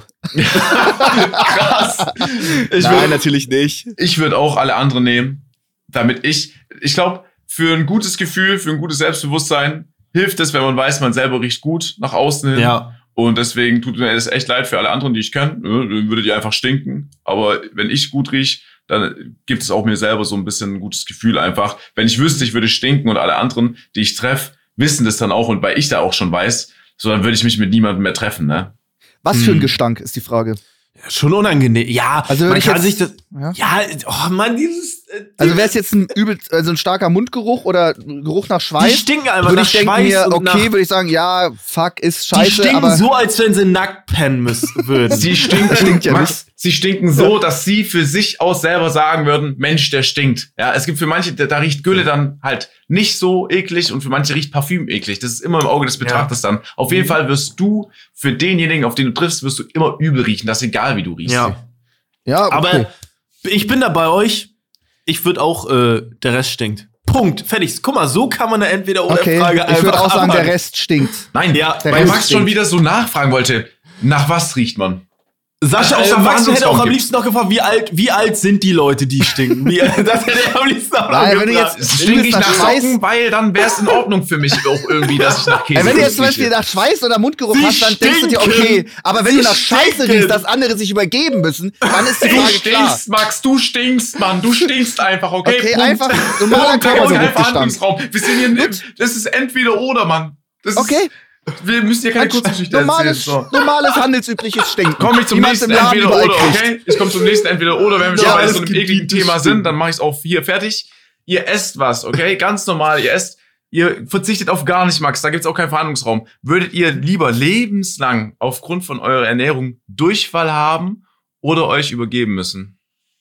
Krass. Nein, natürlich nicht. Ich würde auch alle anderen nehmen, damit ich glaube, für ein gutes Gefühl, für ein gutes Selbstbewusstsein hilft es, wenn man weiß, man selber riecht gut nach außen hin. Ja. Und deswegen tut mir das echt leid für alle anderen, die ich kenne. Dann würdet ihr einfach stinken. Aber wenn ich gut rieche, dann gibt es auch mir selber so ein bisschen ein gutes Gefühl einfach. Wenn ich wüsste, ich würde stinken und alle anderen, die ich treffe, wissen das dann auch. Und weil ich da auch schon weiß, so dann würde ich mich mit niemandem mehr treffen, ne? Was für ein Gestank ist die Frage. Schon unangenehm. Ja, Also man ich kann jetzt, sich das. Ja. Ja, oh Mann, dieses. Also wäre es jetzt ein ein starker Mundgeruch oder ein Geruch nach Schweiß? Die stinken einfach würde nach ich denken Schweiß mir, und okay, nach- würde ich sagen, ja, fuck, ist Die scheiße, stinken aber so, als wenn sie nackt pennen würden. Sie stinken, Stinkt ja Max, sie stinken so, dass sie für sich aus selber sagen würden, Mensch, der stinkt. Ja, es gibt für manche, da riecht Gülle dann halt nicht so eklig und für manche riecht Parfüm eklig. Das ist immer im Auge des Betrachters dann. Auf jeden Fall wirst du für denjenigen, auf den du triffst, wirst du immer übel riechen. Das ist egal, wie du riechst. Ja. ja, okay. Aber ich bin da bei euch. Ich würde auch, der Rest stinkt. Punkt. Fertig. Guck mal, so kann man eine Entweder-oder-Frage Okay, einfach ich würde auch sagen, der abhaken. Rest stinkt. Nein, Ja, der weil Rest Max stinkt. schon wieder so nachfragen wollte, nach was riecht man? Sascha, Also, Max Verhandlungsraum hätte auch am gibt. liebsten noch gefragt, wie alt sind die Leute, die stinken? Das hätte er am liebsten auch noch Nein, wenn du gefragt. jetzt- Stink ich nach nach Schweiß- Socken, weil dann wäre es in Ordnung für mich auch irgendwie, dass ich nach Käse Wenn du jetzt zum rieche. Beispiel nach Schweiß oder Mundgeruch Sie hast, dann denkst du dir, stinken. okay, aber wenn Sie du nach Scheiße stinken. riechst, dass andere sich übergeben müssen, dann ist die Du Frage klar. stinkst, Max, du stinkst, Mann. Du stinkst einfach, okay? Okay, Punkt. einfach normaler Punkt. Kein Körpergeruchgestank. Verhandlungsraum. Wir sind hier, das ist entweder oder, Mann. Das ist, Okay, wir müssen hier keine Kurzgeschichte erzählen. normales handelsübliches Stinken. Komm ich zum Wie man's nächsten im Laden Entweder überall oder, kriegt. okay? Ich komme zum nächsten Entweder oder, wenn wir schon Ja, bei das so einem Gebiet ekligen des Thema Stinks. sind, dann mache ich es auch hier fertig. Ihr esst was, okay? Ganz normal, ihr verzichtet auf gar nicht, Max, da gibt's auch keinen Verhandlungsraum. Würdet ihr lieber lebenslang aufgrund von eurer Ernährung Durchfall haben oder euch übergeben müssen?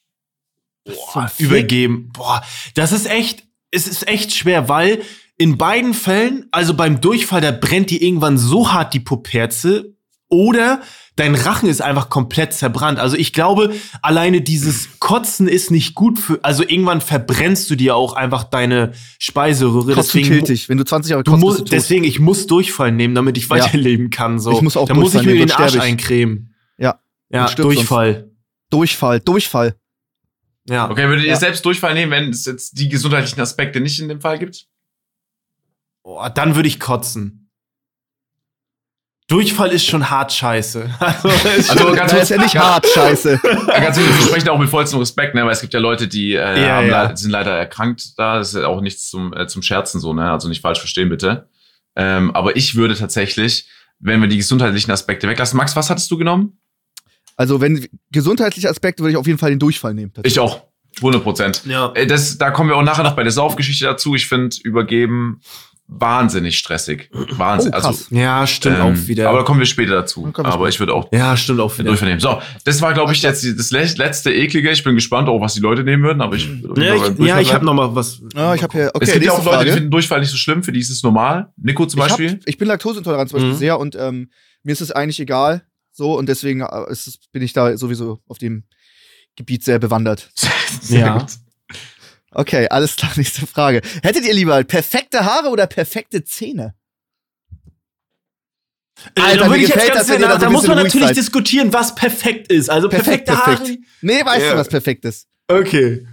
Übergeben. Boah, es ist echt schwer, weil in beiden Fällen, also beim Durchfall, da brennt dir irgendwann so hart die Puperze oder dein Rachen ist einfach komplett zerbrannt. Also ich glaube, alleine dieses Kotzen ist nicht gut für, also irgendwann verbrennst du dir auch einfach deine Speiseröhre. Kotzen killt dich. Wenn du 20 Jahre Du kotzt, musst, bist du tot. deswegen, ich muss Durchfall nehmen, damit ich weiterleben kann. So. Ich muss auch da muss ich Durchfall mir nehmen, den sonst Arsch sterbe ich. eincremen. Ja. Ja, Und stirbst Durchfall. Durchfall. Ja. Okay, würdet ihr Ja. selbst Durchfall nehmen, wenn es jetzt die gesundheitlichen Aspekte nicht in dem Fall gibt? Boah, dann würde ich kotzen. Durchfall ist schon hart scheiße. Also ganz Das ist ja nicht hart, scheiße. Ja, ganz ehrlich, wir sprechen auch mit vollstem Respekt, ne, weil es gibt ja Leute, die sind leider erkrankt da. Das ist ja auch nichts zum Scherzen so, ne? Also nicht falsch verstehen, bitte. Aber ich würde tatsächlich, wenn wir die gesundheitlichen Aspekte weglassen. Max, was hattest du genommen? Also, wenn gesundheitliche Aspekte, würde ich auf jeden Fall den Durchfall nehmen. Ich auch. 100%. Ja. Da kommen wir auch nachher noch bei der Saufgeschichte dazu. Ich finde Übergeben wahnsinnig stressig. Wahnsinn. Oh, krass. Ja, stimmt auch wieder. Aber da kommen wir später dazu. Dann kommen wir Aber später. ich würde auch Ja, stimmt auch wieder. Durchfall nehmen. So, das war, glaube ich, jetzt das letzte eklige. Ich bin gespannt, auch was die Leute nehmen würden. Aber ich Ich habe noch mal was. Ja, ich habe hier, okay, es gibt ja auch nächste Leute, die Frage. finden Durchfall nicht so schlimm. Für die ist es normal. Nico zum Beispiel. Ich bin laktoseintolerant zum Beispiel Mhm. sehr und mir ist es eigentlich egal. So, und deswegen bin ich da sowieso auf dem Gebiet sehr bewandert. Sehr Ja. gut. Okay, alles klar, nächste Frage. Hättet ihr lieber perfekte Haare oder perfekte Zähne? Alter, da mir würde ich jetzt gefällt ganz das, wenn ihr da so da ein muss bisschen man ruhig natürlich seid. diskutieren, was perfekt ist. Also Perfekt, perfekte Haare. perfekt. Nee, weißt Ja. du, was perfekt ist? Okay.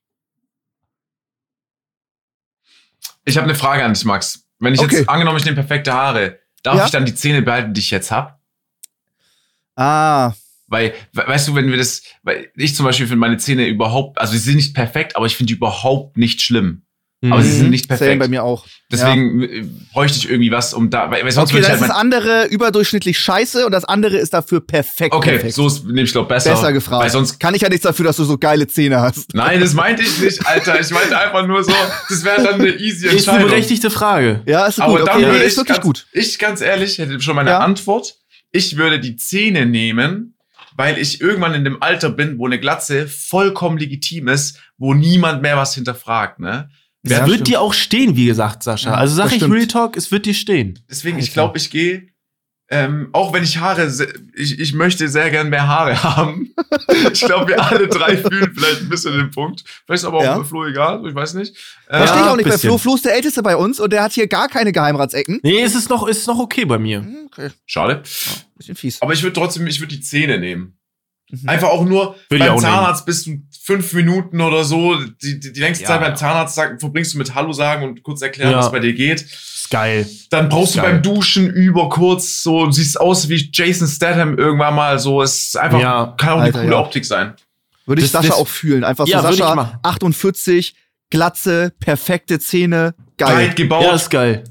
Ich habe eine Frage an dich, Max. Wenn ich Okay. jetzt angenommen, ich nehme perfekte Haare, darf Ja. ich dann die Zähne behalten, die ich jetzt habe? Ah, Weil, weißt du, weil ich zum Beispiel finde meine Zähne überhaupt, also sie sind nicht perfekt, aber ich finde die überhaupt nicht schlimm. Aber sie sind nicht same perfekt. bei mir auch. Deswegen bräuchte ich irgendwie was, um da, weil sonst Okay, würde ich das halt ist das andere überdurchschnittlich scheiße und das andere ist dafür perfekt. okay, perfekt. so ist, nehme ich glaube besser. Besser gefragt. Weil sonst, Kann ich ja nichts dafür, dass du so geile Zähne hast. nein, das meinte ich nicht, Alter. Ich meinte einfach nur so, das wäre dann eine easy Ist eine Entscheidung. berechtigte Frage. Ja, ist Aber gut. dann Okay, würde nee, ich ist wirklich ganz, gut. Ich ganz ehrlich hätte schon meine Ja. Antwort. Ich würde die Zähne nehmen, weil ich irgendwann in dem Alter bin, wo eine Glatze vollkommen legitim ist, wo niemand mehr was hinterfragt, ne? Es Ja, wird stimmt. dir auch stehen, wie gesagt, Sascha. Ja, also sag das ich stimmt. Real Talk, es wird dir stehen. Deswegen, ich Alter. glaube, ich gehe Auch wenn ich ich möchte sehr gern mehr Haare haben. Ich glaube, wir alle drei fühlen vielleicht ein bisschen den Punkt. Vielleicht ist aber auch Flo egal, ich weiß nicht. Verstehe ich auch nicht, weil bisschen. Flo ist der Älteste bei uns und der hat hier gar keine Geheimratsecken. Nee, es ist noch okay bei mir. Okay, Schade. bisschen fies. Aber ich würde die Zähne nehmen. Einfach auch nur Würde ich beim auch Zahnarzt bist du 5 Minuten oder so. Die längste Ja, Zeit beim ja. Zahnarzt verbringst du mit Hallo sagen und kurz erklären, Ja. was bei dir geht. Ist geil. Dann brauchst du Geil. beim Duschen kurz so, du siehst aus wie Jason Statham irgendwann mal so. Es ist einfach, Ja. kann auch Alter, eine coole ja. Optik sein. Würde ich Das- Sascha das- auch fühlen. Einfach Ja, so würde ich Sascha, machen. 48, Glatze, perfekte Zähne, geil. Breit gebaut. Ja, ist geil.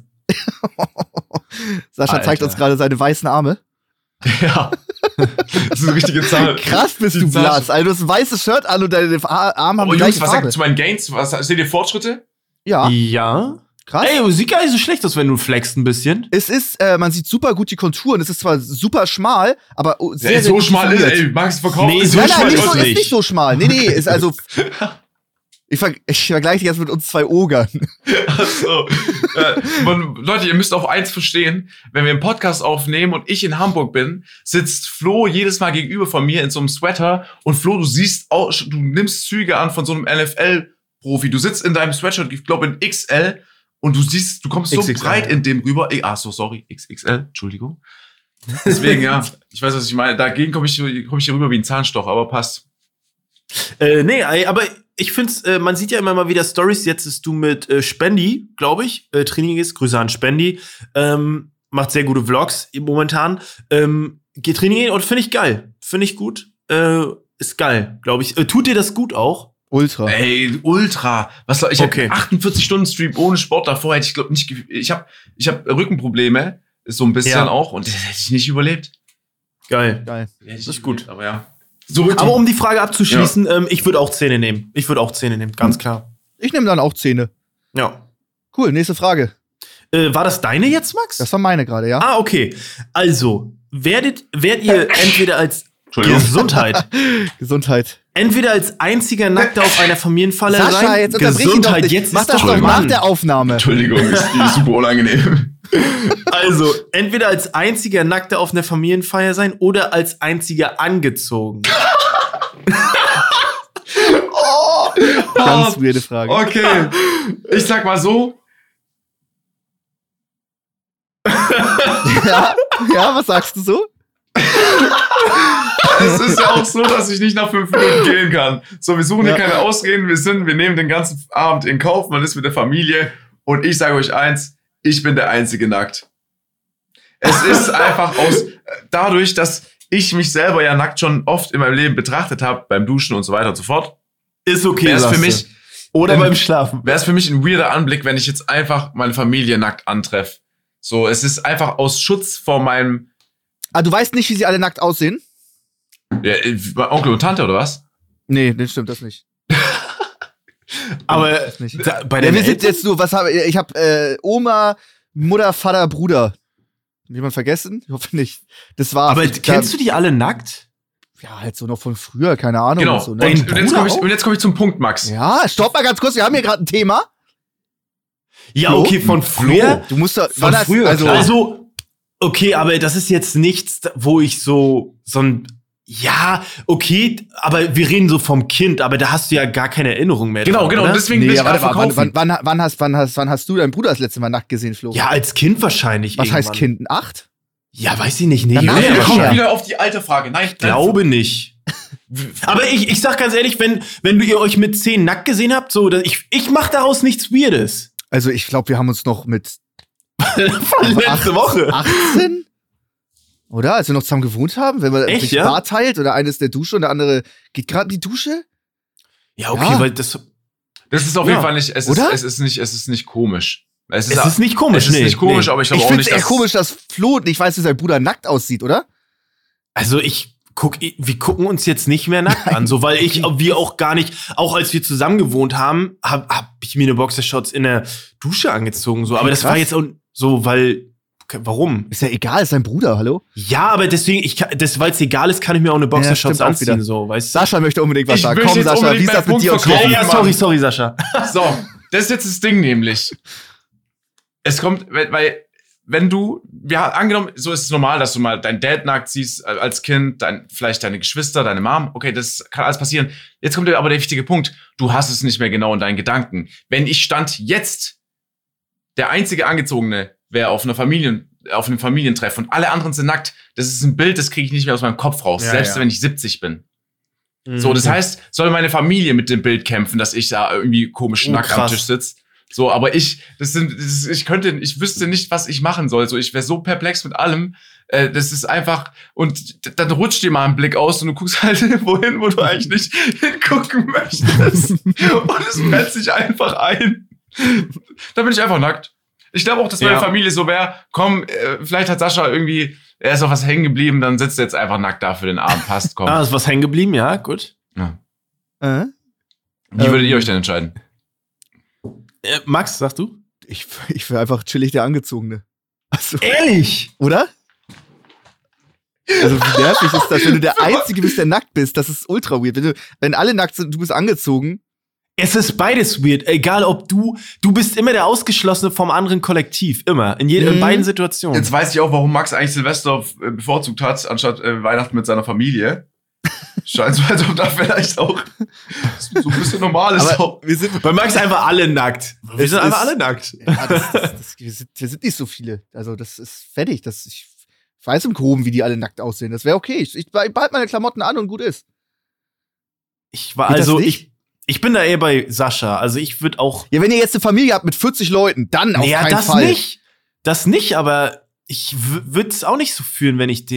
Sascha Alter. zeigt uns gerade seine weißen Arme. Ja. Das ist eine richtige Zahl. Krass bist Die du, Zahl- Blas. Also du hast ein weißes Shirt an und deine Arme haben Oh die Jungs, gleiche was Farbe. sagt ihr zu meinen Gains? Seht ihr Fortschritte? Ja, Ja. krass. Ey, sieht gar nicht so schlecht aus, wenn du flexst ein bisschen. Es ist, man sieht super gut die Konturen. Es ist zwar super schmal, aber sehr, Ey, sehr so gut schmal ist, definiert. ey, Max verkauft. Nee, ist so Nein, schmal nein, ist nicht so, es ist nicht. nicht so schmal. Nee, ist also. Ich vergleiche dich jetzt mit uns zwei Ogern. Also, Leute, ihr müsst auch eins verstehen. Wenn wir einen Podcast aufnehmen und ich in Hamburg bin, sitzt Flo jedes Mal gegenüber von mir in so einem Sweater und Flo, du nimmst Züge an von so einem NFL-Profi. Du sitzt in deinem Sweatshirt, ich glaube in XL und du kommst so XXL. breit in dem rüber. Sorry, XXL, Entschuldigung. Deswegen, ja, ich weiß, was ich meine. Dagegen komme ich hier rüber wie ein Zahnstocher, aber passt. Nee, aber ich find's, man sieht ja immer mal wieder Stories. Jetzt ist du mit Spendi, glaube ich, Training ist. Grüße an Spendi. Macht sehr gute Vlogs momentan. Geht trainieren und finde ich geil. Finde ich gut. Ist geil, glaube ich. Tut dir das gut auch? Ultra. Ey, ultra. Ich Okay. hab 48-Stunden-Stream ohne Sport davor, hätte ich glaube nicht, ich hab Rückenprobleme, so ein bisschen Ja. auch, und das hätte ich nicht überlebt. Geil. Geil. Das ist gut. Aber ja. Zurück Aber um die Frage abzuschließen, ich würde auch Zähne nehmen. Ganz klar. Ich nehme dann auch Zähne. Ja. Cool, nächste Frage. War das deine jetzt, Max? Das war meine gerade, ja? Ah, okay. Also, werdet ihr entweder als Entschuldigung. Gesundheit, Gesundheit. entweder als einziger Nackter auf einer Familienfeier Sascha, sein, jetzt unterbrich ihn doch Gesundheit, nicht. jetzt Mach ist das doch nach Mann. der Aufnahme. Entschuldigung, die ist super unangenehm. Also, entweder als einziger Nackter auf einer Familienfeier sein oder als einziger angezogen. Ganz weirde Frage. Okay. Ich sag mal so, Ja, was sagst du so? es ist ja auch so, dass ich nicht nach 5 Minuten gehen kann. So, wir suchen hier Ja. keine Ausreden, wir nehmen den ganzen Abend in Kauf, man ist mit der Familie und ich sage euch eins, ich bin der Einzige nackt. Es ist einfach dadurch, dass ich mich selber ja nackt schon oft in meinem Leben betrachtet habe, beim Duschen und so weiter und so fort, Ist okay, wäre es sagst für du. mich Oder Ähm, beim Schlafen. wäre es für mich ein weirder Anblick, wenn ich jetzt einfach meine Familie nackt antreffe. So, es ist einfach aus Schutz vor meinem Ah, du weißt nicht, wie sie alle nackt aussehen? Onkel und Tante, oder was? Nee, das stimmt das nicht. Aber Das nicht. bei Ja, den wir sind Eltern? jetzt nur, ich habe Oma, Mutter, Vater, Bruder. Hat jemand vergessen? Ich hoffe nicht. Das war's. Aber kennst du die alle nackt? Ja, halt so noch von früher, keine Ahnung. Genau. So, ne? Dein Und jetzt Bruder komme ich, komm ich zum Punkt, Max. Ja, stopp mal ganz kurz, wir haben hier gerade ein Thema. Ja, Flo? okay, von früher. Du musst da, Von früher, also, also, okay, aber das ist jetzt nichts, wo ich so ein, ja, okay, aber wir reden so vom Kind, aber da hast du ja gar keine Erinnerung mehr Genau, dran, genau. oder? Deswegen will nee, ich aber gerade verkaufen. wann hast du deinen Bruder das letzte Mal nackt gesehen, Flo? Ja, als Kind wahrscheinlich Was heißt irgendwann. Kind? 8? Ja, weiß ich nicht. Nee, Danach ja, ja, wir kommen wahrscheinlich. wieder auf die alte Frage. Nein, Ich glaube nicht. Aber ich sag ganz ehrlich, wenn ihr euch mit 10 nackt gesehen habt, so, ich mach daraus nichts Weirdes. Also ich glaube, wir haben uns noch mit Von letzte Woche. 18? Oder? Als wir noch zusammen gewohnt haben, wenn man Echt, sich ja? Bad teilt oder eines der Dusche und der andere geht gerade in die Dusche? Ja, okay, Ja. weil das Das ist auf Ja. jeden Fall nicht, es Oder? ist nicht komisch. es ist nicht komisch, Es ist nee, nicht komisch, nee. aber ich glaube Ich auch finde es nicht, eher dass komisch, dass Flo nicht weiß, wie sein Bruder nackt aussieht, oder? Also wir gucken uns jetzt nicht mehr nackt an, so, weil wir auch gar nicht, auch als wir zusammen gewohnt haben, hab ich mir eine Boxershorts in der Dusche angezogen, so. Aber das Krass. war jetzt auch so, warum? Ist ja egal, ist sein Bruder, hallo? Ja, aber deswegen, weil es egal ist, kann ich mir auch eine Boxershorts stimmt auch anziehen, wieder. so, weißt du? Sascha möchte unbedingt was Ich sagen. möchte Komm, jetzt Sascha, unbedingt wie ist das meinen mit dir und Punkt Flo? Ja, sorry, Sascha. So, das ist jetzt das Ding nämlich. Es kommt, weil angenommen, so ist es normal, dass du mal deinen Dad nackt siehst als Kind, vielleicht deine Geschwister, deine Mom, okay, das kann alles passieren. Jetzt kommt aber der wichtige Punkt, du hast es nicht mehr genau in deinen Gedanken. Wenn ich Stand jetzt der einzige Angezogene wäre auf einem Familientreff und alle anderen sind nackt, das ist ein Bild, das kriege ich nicht mehr aus meinem Kopf raus, selbst wenn ich 70 bin. So, das heißt, soll meine Familie mit dem Bild kämpfen, dass ich da irgendwie komisch nackt am Tisch sitze. So, aber ich wüsste nicht, was ich machen soll. So, ich wäre so perplex mit allem. Das ist einfach, und dann rutscht dir mal ein Blick aus und du guckst halt wohin, wo du eigentlich nicht hingucken möchtest. Und es fällt sich einfach ein. Da bin ich einfach nackt. Ich glaube auch, dass meine Familie so wäre, komm, vielleicht hat Sascha irgendwie, er ist auf was hängen geblieben, dann sitzt er jetzt einfach nackt da für den Abend, passt, komm. Ist was hängen geblieben, ja, gut. Ja. Wie würdet ihr euch denn entscheiden? Max, sagst du? Ich wäre einfach chillig der Angezogene. Also, Ehrlich? oder? Also wie nervig ist das, wenn du der Einzige bist, der nackt bist? Das ist ultra weird. Wenn alle nackt sind, du bist angezogen. Es ist beides weird. Egal ob du bist immer der Ausgeschlossene vom anderen Kollektiv. Immer. In beiden Situationen. Jetzt weiß ich auch, warum Max eigentlich Silvester bevorzugt hat, anstatt Weihnachten mit seiner Familie. Scheint so, als ob da vielleicht auch so ein bisschen normal ist. Aber wir sind bei Max einfach alle nackt. Wir sind einfach alle nackt. Ja, wir sind nicht so viele. Also das ist fertig. Ich weiß im Groben, wie die alle nackt aussehen. Das wäre okay. Ich behalte meine Klamotten an und gut ist. Ich bin da eher bei Sascha. Also ich würde auch. Ja, wenn ihr jetzt eine Familie habt mit 40 Leuten, dann auf keinen Fall. Das nicht, aber ich würde es auch nicht so fühlen, will ich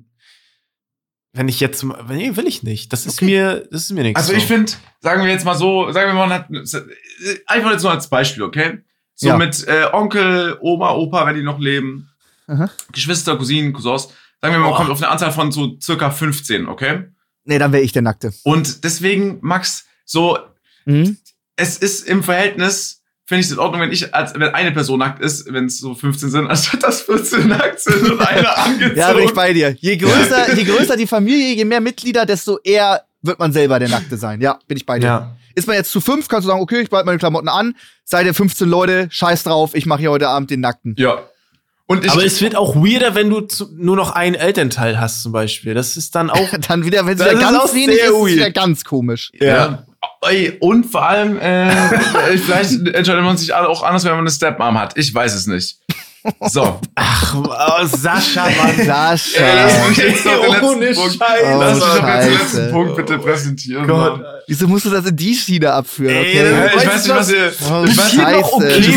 nicht. Das ist mir nichts. Also ich finde, sagen wir mal, man hat, einfach jetzt nur als Beispiel, okay? So mit Onkel, Oma, Opa, wenn die noch leben, Geschwister, Cousinen, Cousins, sagen wir mal, man kommt auf eine Anzahl von so circa 15, okay? Nee, dann wäre ich der Nackte. Und deswegen, Max, so, es ist im Verhältnis, finde ich es in Ordnung, wenn eine Person nackt ist, wenn es so 15 sind, anstatt dass 14 nackt sind und einer angezogen. Ja, bin ich bei dir. Je größer die Familie, je mehr Mitglieder, desto eher wird man selber der Nackte sein. Ja, bin ich bei dir. Ja. Ist man jetzt zu 5, kannst du sagen, okay, ich behalte meine Klamotten an, seid ihr 15 Leute, scheiß drauf, ich mache hier heute Abend den Nackten. Ja. Aber es wird auch weirder, wenn du nur noch einen Elternteil hast, zum Beispiel. Das ist dann auch. Dann wieder, wenn es wieder ganz wenig ist, ist es wieder ganz komisch. Ja. Und vor allem, vielleicht entscheidet man sich auch anders, wenn man eine Stepmom hat. Ich weiß es nicht. So. Ach, Sascha, Mann. Sascha. Lass mich jetzt noch den letzten Punkt bitte präsentieren. Gott. Wieso musst du das in die Schiene abführen? Okay? Ich weiß nicht, was ihr. Ich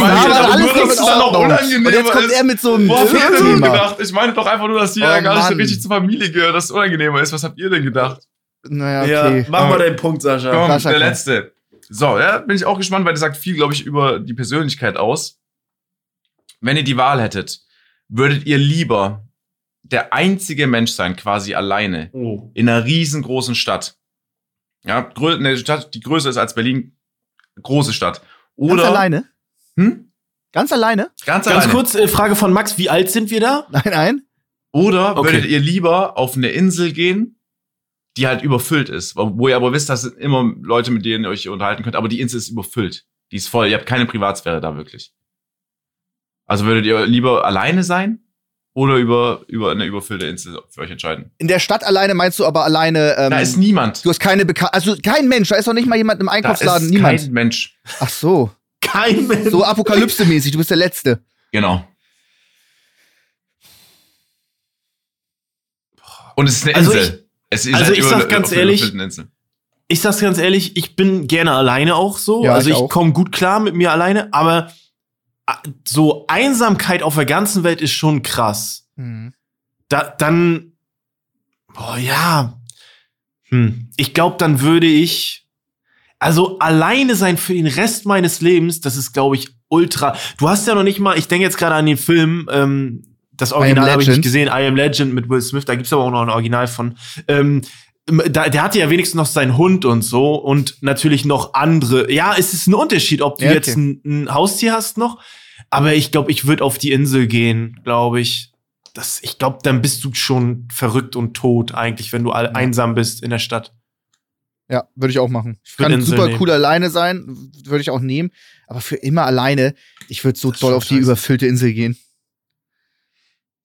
und jetzt kommt er mit so einem Thema. Ich meine doch einfach nur, dass die ja gar nicht so richtig zur Familie gehört, dass es unangenehmer ist. Was habt ihr denn gedacht? Naja, okay. Ja, mach mal deinen Punkt, Sascha. Komm, Sascha, der letzte. So, ja, bin ich auch gespannt, weil der sagt viel, glaube ich, über die Persönlichkeit aus. Wenn ihr die Wahl hättet, würdet ihr lieber der einzige Mensch sein, quasi alleine, in einer riesengroßen Stadt. Ja, eine Stadt, die größer ist als Berlin. Große Stadt. Oder, ganz alleine? Ganz alleine? Ganz alleine. Ganz kurz, Frage von Max, wie alt sind wir da? Nein. Oder würdet ihr lieber auf eine Insel gehen, die halt überfüllt ist, wo ihr aber wisst, dass immer Leute, mit denen ihr euch unterhalten könnt, aber die Insel ist überfüllt. Die ist voll. Ihr habt keine Privatsphäre da wirklich. Also würdet ihr lieber alleine sein oder über eine überfüllte Insel für euch entscheiden? In der Stadt alleine meinst du aber alleine. Da ist niemand. Du hast keine also kein Mensch. Da ist doch nicht mal jemand im Einkaufsladen. Da ist niemand. Kein Mensch. Ach so. Kein Mensch. So Apokalypse-mäßig. Du bist der Letzte. Genau. Und es ist eine Insel. Ich sag ganz ehrlich, ich bin gerne alleine auch so. Ja, also ich komme gut klar mit mir alleine, aber so Einsamkeit auf der ganzen Welt ist schon krass. Ich glaube, dann würde ich alleine sein für den Rest meines Lebens, das ist, glaube ich, ultra. Du hast ja noch nicht mal, ich denke jetzt gerade an den Film, das Original habe ich nicht gesehen, I Am Legend mit Will Smith, da gibt's aber auch noch ein Original von. Der hatte ja wenigstens noch seinen Hund und so und natürlich noch andere. Ja, es ist ein Unterschied, ob du jetzt ein Haustier hast noch. Aber ich glaube, ich würde auf die Insel gehen, glaube ich. Ich glaube, dann bist du schon verrückt und tot eigentlich, wenn du einsam bist in der Stadt. Ja, würde ich auch machen. Ich kann super cool alleine sein, würde ich auch nehmen. Aber für immer alleine, ich würde so doll auf die überfüllte Insel gehen.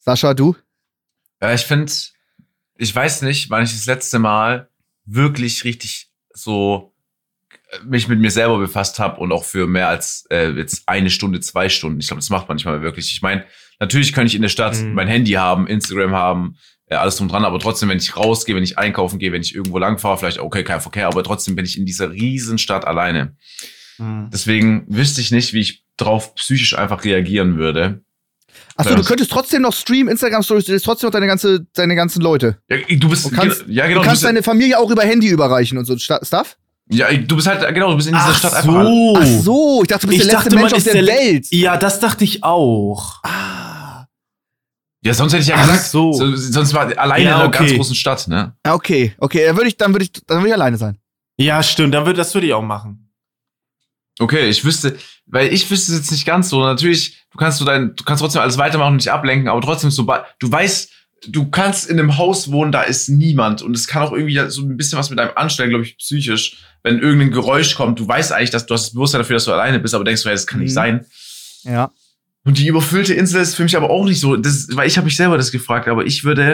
Sascha, du? Ja, ich finde, ich weiß nicht, wann ich das letzte Mal wirklich richtig so mich mit mir selber befasst habe und auch für mehr als jetzt 1 Stunde, 2 Stunden. Ich glaube, das macht man nicht mal wirklich. Ich meine, natürlich kann ich in der Stadt mein Handy haben, Instagram haben, alles drum dran, aber trotzdem, wenn ich rausgehe, wenn ich einkaufen gehe, wenn ich irgendwo langfahre, vielleicht okay, kein Verkehr, aber trotzdem bin ich in dieser Riesen-Stadt alleine. Deswegen wüsste ich nicht, wie ich drauf psychisch einfach reagieren würde. Achso, du könntest trotzdem noch streamen, Instagram-Stories, du hast trotzdem noch deine ganzen Leute. Ja, du bist, Du kannst genau, deine Familie auch über Handy überreichen und so Stuff? Ja, du bist halt, genau, du bist in dieser Stadt einfach. Ach so, ich dachte, du bist der letzte Mensch auf der Welt. Ja, das dachte ich auch. Ja, sonst hätte ich ja gesagt, sonst war alleine in einer ganz großen Stadt, ne? Okay, dann würde ich alleine sein. Ja, stimmt, das würde ich auch machen. Okay, ich wüsste es jetzt nicht ganz so. Natürlich, du kannst trotzdem alles weitermachen und nicht ablenken, aber trotzdem du weißt, du kannst in einem Haus wohnen, da ist niemand und es kann auch irgendwie so ein bisschen was mit einem anstellen, glaube ich, psychisch. Wenn irgendein Geräusch kommt, du weißt eigentlich, dass du hast das Bewusstsein dafür, dass du alleine bist, aber denkst du, das kann nicht sein. Ja. Und die überfüllte Insel ist für mich aber auch nicht so, weil ich habe mich selber das gefragt, aber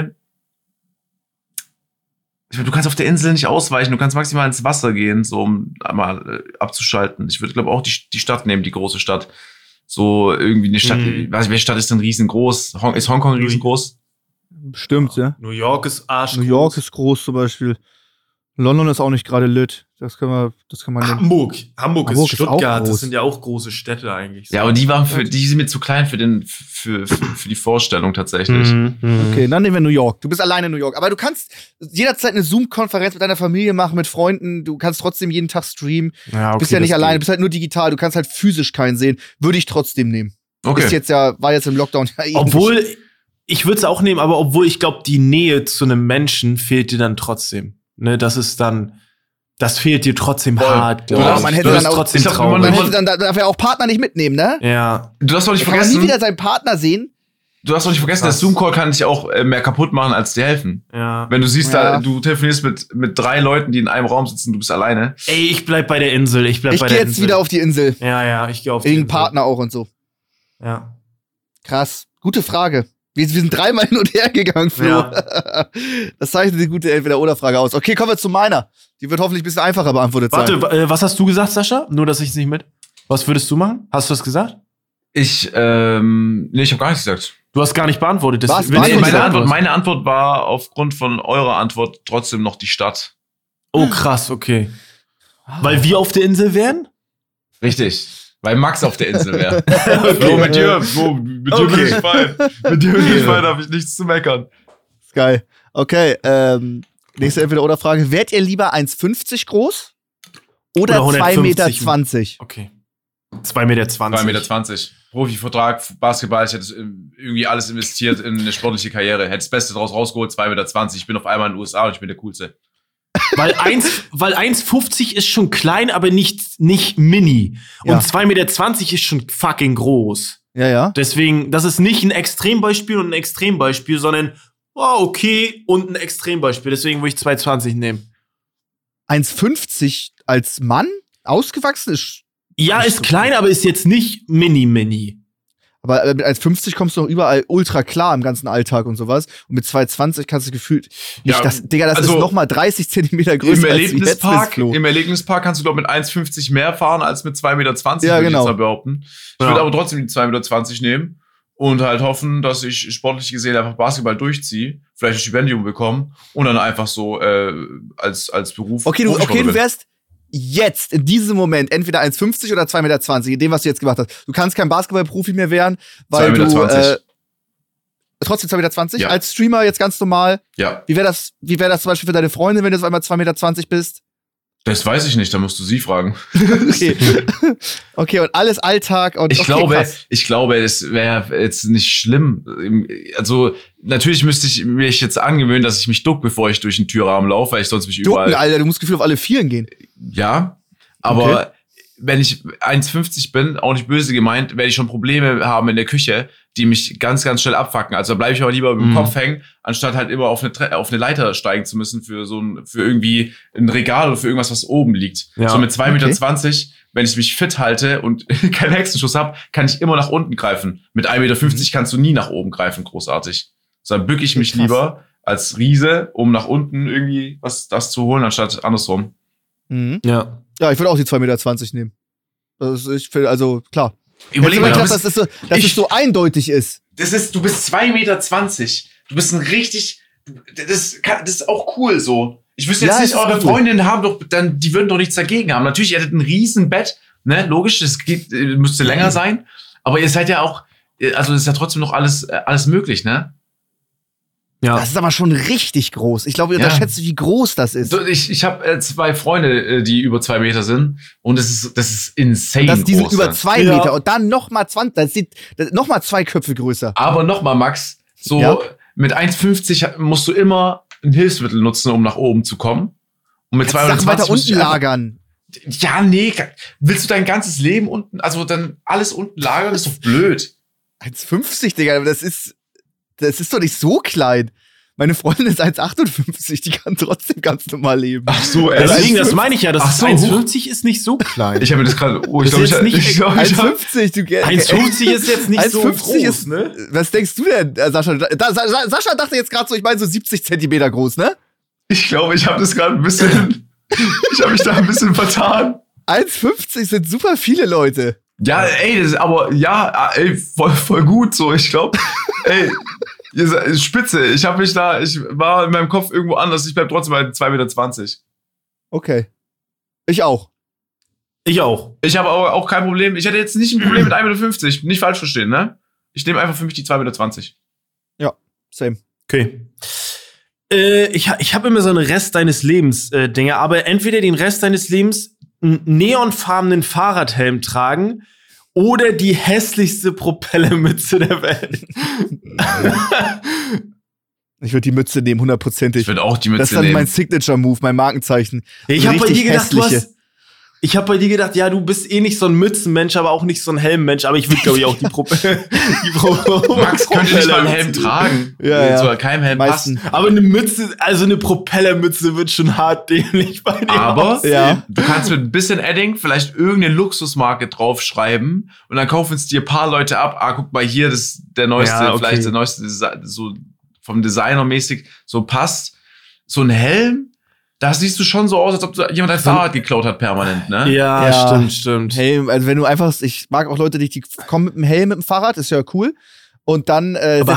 du kannst auf der Insel nicht ausweichen, du kannst maximal ins Wasser gehen, so um einmal abzuschalten. Ich würde, glaube ich, auch die Stadt nehmen, die große Stadt. So irgendwie eine Stadt, weiß ich, welche Stadt ist denn riesengroß? Ist Hongkong riesengroß? Stimmt, ja. New York ist arschgroß. New York ist groß zum Beispiel. London ist auch nicht gerade lit. Das kann man nehmen. Hamburg ist Stuttgart. groß. Das sind ja auch große Städte eigentlich. Ja, aber die sind mir zu klein für die Vorstellung tatsächlich. Okay, dann nehmen wir New York. Du bist alleine in New York. Aber du kannst jederzeit eine Zoom-Konferenz mit deiner Familie machen, mit Freunden. Du kannst trotzdem jeden Tag streamen. Ja, okay, du bist ja nicht alleine, du bist halt nur digital. Du kannst halt physisch keinen sehen. Würde ich trotzdem nehmen. Okay. War jetzt im Lockdown ja Obwohl, ich würde es auch nehmen, aber obwohl ich glaube, die Nähe zu einem Menschen fehlt dir dann trotzdem. Ne, das fehlt dir trotzdem hart. Man hätte dann auch trotzdem man hätte dann darf ja auch Partner nicht mitnehmen, ne? Ja. Du darfst doch nicht Kann man vergessen, nie wieder seinen Partner sehen. der Zoom-Call kann dich auch mehr kaputt machen, als dir helfen. Ja. Wenn du siehst, du telefonierst mit 3 Leuten, die in einem Raum sitzen, du bist alleine. Ey, ich bleib bei der Insel. Ich gehe jetzt wieder auf die Insel. Ja, ich gehe auf die Wegen Insel. Partner auch und so. Ja. Krass. Gute Frage. Wir sind 3-mal hin und her gegangen, Flo. Ja. Das zeichnet die gute Entweder-Oder-Frage aus. Okay, kommen wir zu meiner. Die wird hoffentlich ein bisschen einfacher beantwortet sein. Warte, was hast du gesagt, Sascha? Nur, dass ich es nicht mit. Was würdest du machen? Hast du das gesagt? Ich habe gar nichts gesagt. Du hast gar nicht beantwortet. Meine Antwort war aufgrund von eurer Antwort trotzdem noch die Stadt. Oh, krass, okay. Weil wir auf der Insel wären? Richtig. Weil Max auf der Insel wäre. Okay. Mit dir bin ich fein. Mit dir bin ich fein, habe ich nichts zu meckern. Ist geil. Okay, nächste Entweder-Oder-Frage. Wärt ihr lieber 1,50 groß oder 2,20 Meter? Okay. 2,20 Meter. 2,20 Meter. Profivertrag, Basketball, ich hätte irgendwie alles investiert in eine sportliche Karriere. Hätte das Beste draus rausgeholt, 2,20 Meter. Ich bin auf einmal in den USA und ich bin der Coolste. Weil 1,50 ist schon klein, aber nicht mini. Und 2,20 Meter ist schon fucking groß. Ja. Deswegen, das ist nicht ein Extrembeispiel und ein Extrembeispiel, sondern okay und ein Extrembeispiel. Deswegen würde ich 2,20 nehmen. 1,50 als Mann ausgewachsen ist. Ja, ist klein, aber ist jetzt nicht mini. Aber mit 1,50 kommst du noch überall ultra klar im ganzen Alltag und sowas. Und mit 2,20 kannst du gefühlt nicht das ist noch mal 30 Zentimeter größer als du jetzt bist, Flo. Im Erlebnispark kannst du, glaube ich, mit 1,50 mehr fahren als mit 2,20 Meter, ja, würde genau. ich jetzt mal behaupten. Ich würde aber trotzdem die 2,20 Meter nehmen und halt hoffen, dass ich sportlich gesehen einfach Basketball durchziehe, vielleicht ein Stipendium bekomme und dann einfach so als Beruf. Okay, du wärst jetzt, in diesem Moment, entweder 1,50 oder 2,20 Meter, in dem, was du jetzt gemacht hast. Du kannst kein Basketballprofi mehr werden, weil 2,20 Meter. Trotzdem 2,20 Meter? Ja. Als Streamer jetzt ganz normal? Ja. Wie wär das zum Beispiel für deine Freundin, wenn du auf einmal 2,20 Meter bist? Das weiß ich nicht, da musst du sie fragen. Okay. Okay, und alles Alltag und ich glaube, es wäre jetzt nicht schlimm. Also, natürlich müsste ich mich jetzt angewöhnen, dass ich mich duck, bevor ich durch den Türrahmen laufe, weil ich sonst mich überall... Ducken, Alter, du musst gefühlt auf alle Vieren gehen. Ja, aber wenn ich 1,50 bin, auch nicht böse gemeint, werde ich schon Probleme haben in der Küche, die mich ganz, ganz schnell abfacken. Also bleibe ich aber lieber mit dem Kopf hängen, anstatt halt immer auf eine Leiter steigen zu müssen für irgendwie ein Regal oder für irgendwas, was oben liegt. Ja. So mit 2,20 Meter, wenn ich mich fit halte und keinen Hexenschuss habe, kann ich immer nach unten greifen. Mit 1,50 Meter kannst du nie nach oben greifen, großartig. Sondern bücke ich mich lieber als Riese, um nach unten irgendwie das zu holen, anstatt andersrum. Mhm. Ja. Ja, ich würde auch die 2,20 Meter nehmen. Ich finde, also, klar. Überleg mal, dass es so eindeutig ist. Du bist 2,20 Meter. Du bist ein richtig, das ist auch cool so. Ich wüsste jetzt nicht, eure Freundinnen die würden doch nichts dagegen haben. Natürlich, ihr hättet ein riesen Bett, ne, logisch, das müsste länger sein. Aber ihr seid ja auch, also ist ja trotzdem noch alles möglich, ne? Ja. Das ist aber schon richtig groß. Ich glaube, ihr unterschätzt, wie groß das ist. Ich habe 2 Freunde, die über 2 Meter sind. Und das ist insane Das die sind groß. über 2 Meter und dann nochmal 20, das sieht nochmal 2 Köpfe größer. Aber nochmal, Max, so mit 1,50 musst du immer ein Hilfsmittel nutzen, um nach oben zu kommen. Und mit 220 weiter unten lagern. Ja, nee, willst du dein ganzes Leben unten, also dann alles unten lagern, ist doch blöd. 1,50, Digga, das ist doch nicht so klein. Meine Freundin ist 1,58, die kann trotzdem ganz normal leben. Ach so, Deswegen, das meine ich ja, das so, 1,50 ist nicht so klein. Ich habe mir das gerade, ich glaube, 1,50, du 1,50 ist jetzt nicht so groß, ist, ne? Was denkst du denn, Sascha? Sascha dachte jetzt gerade so, ich meine so 70 Zentimeter groß, ne? Ich glaube, ich habe das gerade ein bisschen, ich habe mich da ein bisschen vertan. 1,50 sind super viele Leute. Ja, ey, voll gut so, ich glaube, ey, spitze, ich war in meinem Kopf irgendwo anders, ich bleib trotzdem bei 2,20 Meter. Okay. Ich auch. Ich auch. Ich habe auch kein Problem, ich hätte jetzt nicht ein Problem mit 1,50 Meter, nicht falsch verstehen, ne? Ich nehme einfach für mich die 2,20 Meter. Ja, same. Okay. Ich habe immer so einen Rest deines Lebens Dinge, aber entweder den Rest deines Lebens einen neonfarbenen Fahrradhelm tragen oder die hässlichste Propellermütze der Welt. Ich würde die Mütze nehmen, 100%. Ich würde auch die Mütze nehmen. Das ist dann mein Signature-Move, mein Markenzeichen. Ich habe bei dir gedacht, ja, du bist eh nicht so ein Mützenmensch, aber auch nicht so ein Helmmensch. Aber ich würde, glaube ich, auch die Max könnte nicht mal einen Helm tragen. Ja. So keinem Helm passen. Aber eine Mütze, also eine Propellermütze wird schon hart dämlich bei dir. Aber ja. Du kannst mit ein bisschen Edding vielleicht irgendeine Luxusmarke draufschreiben und dann kaufen es dir ein paar Leute ab. Guck mal hier, das ist der neueste, vielleicht der neueste, so vom Designer mäßig so passt. So ein Helm, da siehst du schon so aus, als ob jemand dein Fahrrad geklaut hat permanent, ne? Ja, stimmt. Helm, also wenn du einfach, ich mag auch Leute, die kommen mit dem Helm, mit dem Fahrrad, ist ja cool. Und dann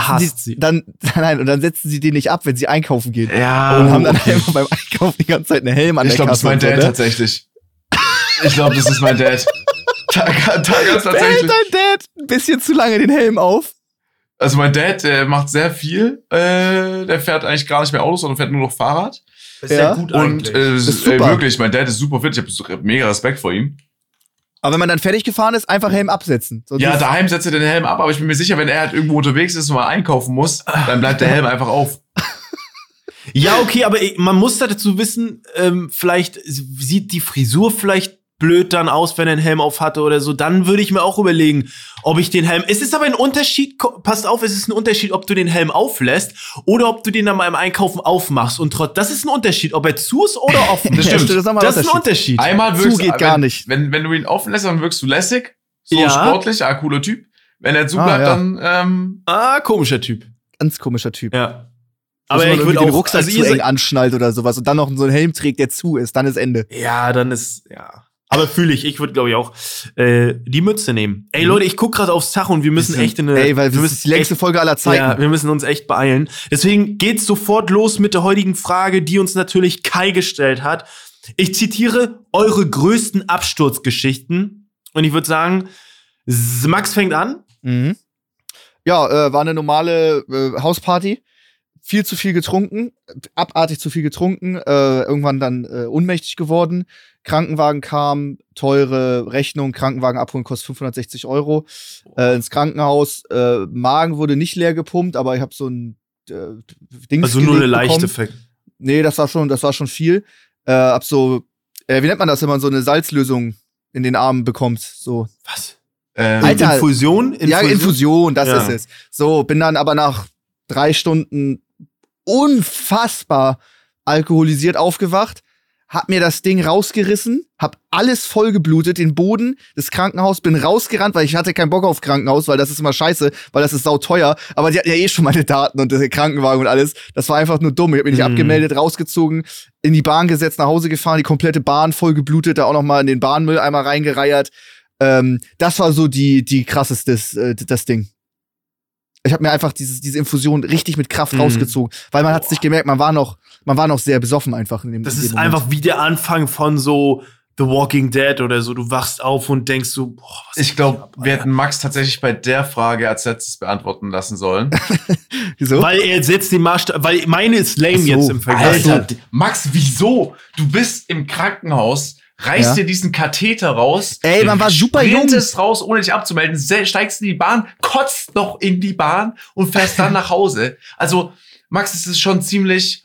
setzen sie den nicht ab, wenn sie einkaufen gehen. Ja. Und haben dann einfach beim Einkaufen die ganze Zeit einen Helm an der Kasse. Ich glaube, das ist mein Dad tatsächlich. Ich glaube, das ist mein Dad. Ganz tatsächlich. Dein Dad ein bisschen zu lange den Helm auf. Also mein Dad, der macht sehr viel. Der fährt eigentlich gar nicht mehr Autos, sondern fährt nur noch Fahrrad. Das ist ja gut eigentlich. Und wirklich, mein Dad ist super fit. Ich habe mega Respekt vor ihm. Aber wenn man dann fertig gefahren ist, einfach Helm absetzen. Sonst ja, daheim setzt er den Helm ab, aber ich bin mir sicher, wenn er halt irgendwo unterwegs ist und mal einkaufen muss, dann bleibt der Helm einfach auf. Ja, okay, aber man muss dazu wissen, vielleicht sieht die Frisur vielleicht blöd dann aus, wenn er einen Helm auf hatte oder so. Dann würde ich mir auch überlegen, ob ich den Helm. Es ist aber ein Unterschied, passt auf, es ist ein Unterschied, ob du den Helm auflässt oder ob du den dann beim Einkaufen aufmachst. Und das ist ein Unterschied, ob er zu ist oder offen. Das stimmt. Das ist ein Unterschied. Einmal zu geht gar nicht. Wenn du ihn offen lässt, dann wirkst du lässig, so Ja. sportlich, cooler Typ. Wenn er zu bleibt, dann Komischer Typ. Ganz komischer Typ. Ja. Aber ich würde auch den Rucksack also zu ihr eng seid- anschnallt oder sowas und dann noch so einen Helm trägt, der zu ist, dann ist Ende. Ja, dann ist, ja. Aber fühle ich würde, glaube ich, auch die Mütze nehmen. Ey, Leute, ich guck gerade aufs Tacho und wir müssen echt weil das ist die längste Folge aller Zeiten. Ja, wir müssen uns echt beeilen. Deswegen geht's sofort los mit der heutigen Frage, die uns natürlich Kai gestellt hat. Ich zitiere eure größten Absturzgeschichten. Und ich würde sagen, Max fängt an. Mhm. Ja, war eine normale Hausparty. Viel zu viel getrunken, abartig zu viel getrunken, irgendwann dann ohnmächtig geworden. Krankenwagen kam, teure Rechnung, Krankenwagen abholen kostet 560 €. Ins Krankenhaus, Magen wurde nicht leer gepumpt, aber ich habe so ein Dings Also nur eine leichte bekommen. Nee, das war schon viel. Hab so, wie nennt man das, wenn man so eine Salzlösung in den Armen bekommt? So. Was? Alter. Infusion? Ja, Infusion, das Ja. ist es. So, bin dann aber nach 3 Stunden unfassbar alkoholisiert aufgewacht, hab mir das Ding rausgerissen, hab alles vollgeblutet, den Boden des Krankenhauses, bin rausgerannt, weil ich hatte keinen Bock auf Krankenhaus, weil das ist immer scheiße, weil das ist sauteuer. Aber die hatten ja eh schon meine Daten und der Krankenwagen und alles. Das war einfach nur dumm. Ich hab mich nicht abgemeldet, rausgezogen, in die Bahn gesetzt, nach Hause gefahren, die komplette Bahn vollgeblutet, da auch noch mal in den Bahnmüll einmal reingereiert. Das war so die krasseste, das Ding. Ich habe mir einfach diese Infusion richtig mit Kraft rausgezogen, weil man hat's nicht gemerkt, man war noch sehr besoffen einfach in dem Das in dem ist Moment. einfach wie der Anfang von so The Walking Dead oder so. Du wachst auf und denkst so, boah, was Ich glaube, wir hätten Max tatsächlich bei der Frage als letztes beantworten lassen sollen. Wieso? Weil er setzt den Maßstab, weil meine ist lame Ach so. jetzt im Vergleich. Alter, Max, wieso? Du bist im Krankenhaus, reißt dir diesen Katheter raus. Ey, man war super jung. Sprintest raus, ohne dich abzumelden, steigst in die Bahn, kotzt noch in die Bahn und fährst dann nach Hause. Also, Max, es ist schon ziemlich...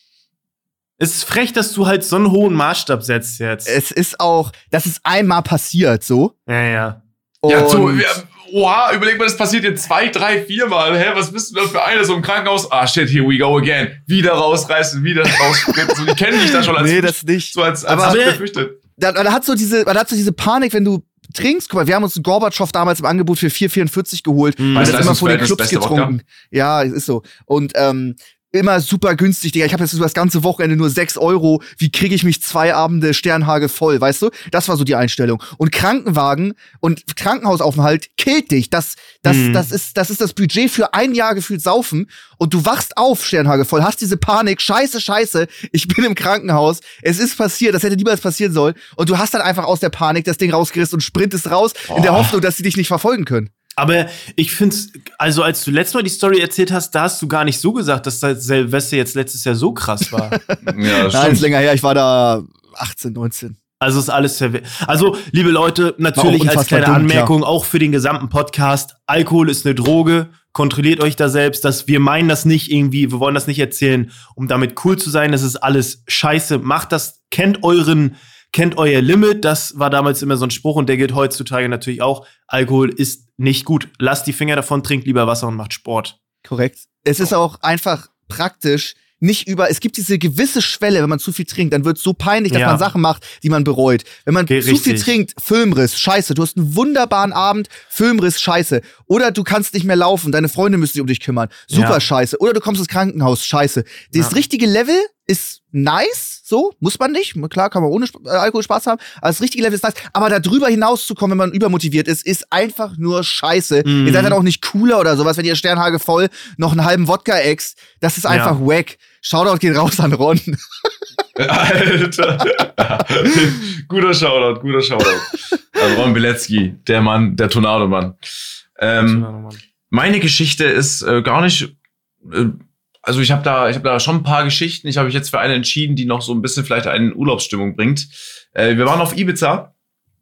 Es ist frech, dass du halt so einen hohen Maßstab setzt jetzt. Es ist auch, das ist einmal passiert, so. Ja. Und Ja, so, oha, überleg mal, das passiert dir 2, 3, 4 Mal. Hä, was bist du da für einer so im Krankenhaus? Ah, shit, here we go again. Wieder rausreißen, wieder raussprinten. So, die kennen dich da schon als nee, das nicht. so als Aber- befürchtet. Man hat so diese Panik, wenn du trinkst. Guck mal, wir haben uns einen Gorbatschow damals im Angebot für 4,44 geholt. Und das immer vor den Clubs Beste getrunken. Ja, ist so. Und immer super günstig, Digga. Ich habe jetzt so das ganze Wochenende nur 6 €. Wie kriege ich mich 2 Abende Sternhage voll, weißt du? Das war so die Einstellung. Und Krankenwagen und Krankenhausaufenthalt killt dich. Das ist das Budget für ein Jahr gefühlt saufen. Und du wachst auf, Sternhage voll, hast diese Panik, scheiße, ich bin im Krankenhaus, es ist passiert, das hätte niemals passieren sollen. Und du hast dann einfach aus der Panik das Ding rausgerissen und sprintest raus, in der Hoffnung, dass sie dich nicht verfolgen können. Aber ich find's, also als du letztes Mal die Story erzählt hast, da hast du gar nicht so gesagt, dass das Silvester jetzt letztes Jahr so krass war. Ja, das Nein, stimmt. ist länger her, ich war da 18, 19. Also ist alles Also, liebe Leute, natürlich als unfassbar kleine dumm, Anmerkung, auch für den gesamten Podcast, Alkohol ist eine Droge, kontrolliert euch da selbst, dass wir meinen das nicht irgendwie, wir wollen das nicht erzählen, um damit cool zu sein, das ist alles scheiße, macht das, kennt euer Limit, das war damals immer so ein Spruch und der gilt heutzutage natürlich auch, Alkohol ist nicht gut, lasst die Finger davon, trinkt lieber Wasser und macht Sport. Korrekt. Es ist auch einfach praktisch, es gibt diese gewisse Schwelle, wenn man zu viel trinkt, dann wird es so peinlich, dass Ja. man Sachen macht, die man bereut. Wenn man zu viel Richtig. trinkt, Filmriss, scheiße, du hast einen wunderbaren Abend, Filmriss, scheiße. Oder du kannst nicht mehr laufen, deine Freunde müssen sich um dich kümmern, super Ja. scheiße. Oder du kommst ins Krankenhaus, scheiße. Das richtige Level ist nice, so, muss man nicht. Klar, kann man ohne Alkohol Spaß haben, aber das richtige Level ist nice. Aber da drüber hinauszukommen, wenn man übermotiviert ist einfach nur scheiße. Ihr seid dann auch nicht cooler oder sowas, wenn ihr Sternhage voll noch einen halben Wodka ext. Das ist einfach wack. Shoutout geht raus an Ron. Alter. guter Shoutout. An Ron Bilecki, der Mann, der Tornado-Mann. Meine Geschichte ist gar nicht. Also ich habe da schon ein paar Geschichten. Ich habe mich jetzt für eine entschieden, die noch so ein bisschen vielleicht eine Urlaubsstimmung bringt. Wir waren auf Ibiza.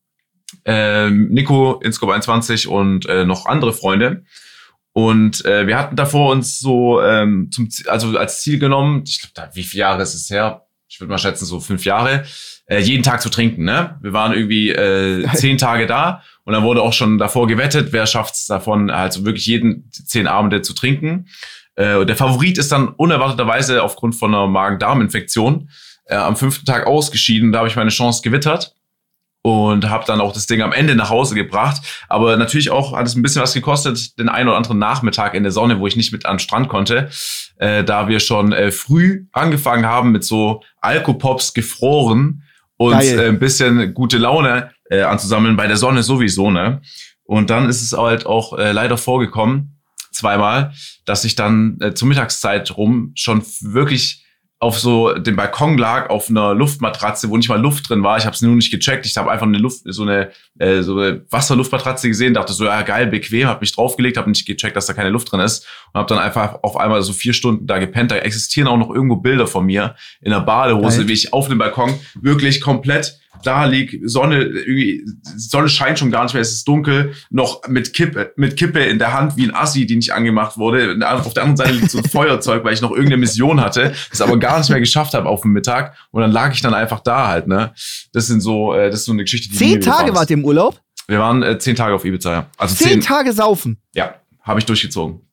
Nico, Inscope 21 und noch andere Freunde. Und wir hatten davor uns so als Ziel genommen, ich glaube, wie viele Jahre ist es her? Ich würde mal schätzen, so 5 Jahre, jeden Tag zu trinken, ne? Wir waren irgendwie 10 Tage da und dann wurde auch schon davor gewettet, wer schafft's davon, also wirklich jeden 10 Abende zu trinken. Der Favorit ist dann unerwarteterweise aufgrund von einer Magen-Darm-Infektion am 5. Tag ausgeschieden. Da habe ich meine Chance gewittert. Und habe dann auch das Ding am Ende nach Hause gebracht. Aber natürlich auch hat es ein bisschen was gekostet, den einen oder anderen Nachmittag in der Sonne, wo ich nicht mit an den Strand konnte, da wir schon früh angefangen haben mit so Alkopops gefroren und ein bisschen gute Laune anzusammeln bei der Sonne sowieso, ne? Und dann ist es halt auch leider vorgekommen, 2-mal, dass ich dann zur Mittagszeit rum schon wirklich auf so dem Balkon lag, auf einer Luftmatratze, wo nicht mal Luft drin war. Ich habe es nur nicht gecheckt. Ich habe einfach so eine Wasserluftmatratze gesehen, dachte so, ja geil, bequem, habe mich draufgelegt, habe nicht gecheckt, dass da keine Luft drin ist und habe dann einfach auf einmal so 4 Stunden da gepennt. Da existieren auch noch irgendwo Bilder von mir in der Badehose, wie ich auf dem Balkon wirklich komplett da lieg, Sonne scheint schon gar nicht mehr, es ist dunkel, noch mit Kippe in der Hand, wie ein Assi, die nicht angemacht wurde. Auf der anderen Seite liegt so ein Feuerzeug, weil ich noch irgendeine Mission hatte, das aber gar nicht mehr geschafft habe auf dem Mittag. Und dann lag ich dann einfach da halt, ne? Das ist so eine Geschichte, die 10 Tage wart ihr im Urlaub? Wir waren 10 Tage auf Ibiza, ja. Also 10 Tage saufen? Ja, habe ich durchgezogen.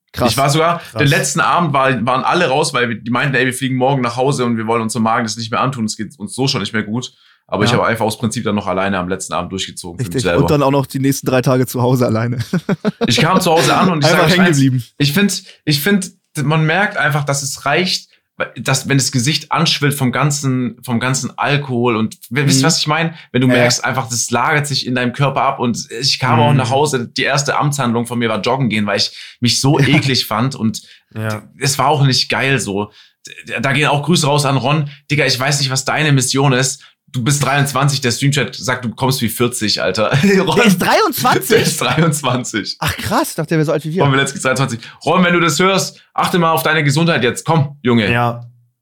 Krass. Ich war sogar, den letzten Abend waren alle raus, weil die meinten, ey, wir fliegen morgen nach Hause und wir wollen unserem Magen das nicht mehr antun. Es geht uns so schon nicht mehr gut. Aber ich habe einfach aus Prinzip dann noch alleine am letzten Abend durchgezogen. Richtig. Für mich selber. Und dann auch noch die nächsten 3 Tage zu Hause alleine. Ich kam zu Hause an und ich einfach hängen geblieben. Ich finde, man merkt einfach, dass es reicht, dass, wenn das Gesicht anschwillt vom ganzen Alkohol und wisst ihr, was ich meine? Wenn du merkst einfach, das lagert sich in deinem Körper ab und ich kam auch nach Hause, die erste Amtshandlung von mir war joggen gehen, weil ich mich so eklig fand und es war auch nicht geil so. Da gehen auch Grüße raus an Ron. Digga, ich weiß nicht, was deine Mission ist. Du bist 23, der Streamchat sagt, du kommst wie 40, Alter. Ron, Der ist 23? Der ist 23. Ach krass, ich dachte, der wäre so alt wie wir. Ron Wilecki 22. Ron, wenn du das hörst, achte mal auf deine Gesundheit jetzt. Komm, Junge. Ja.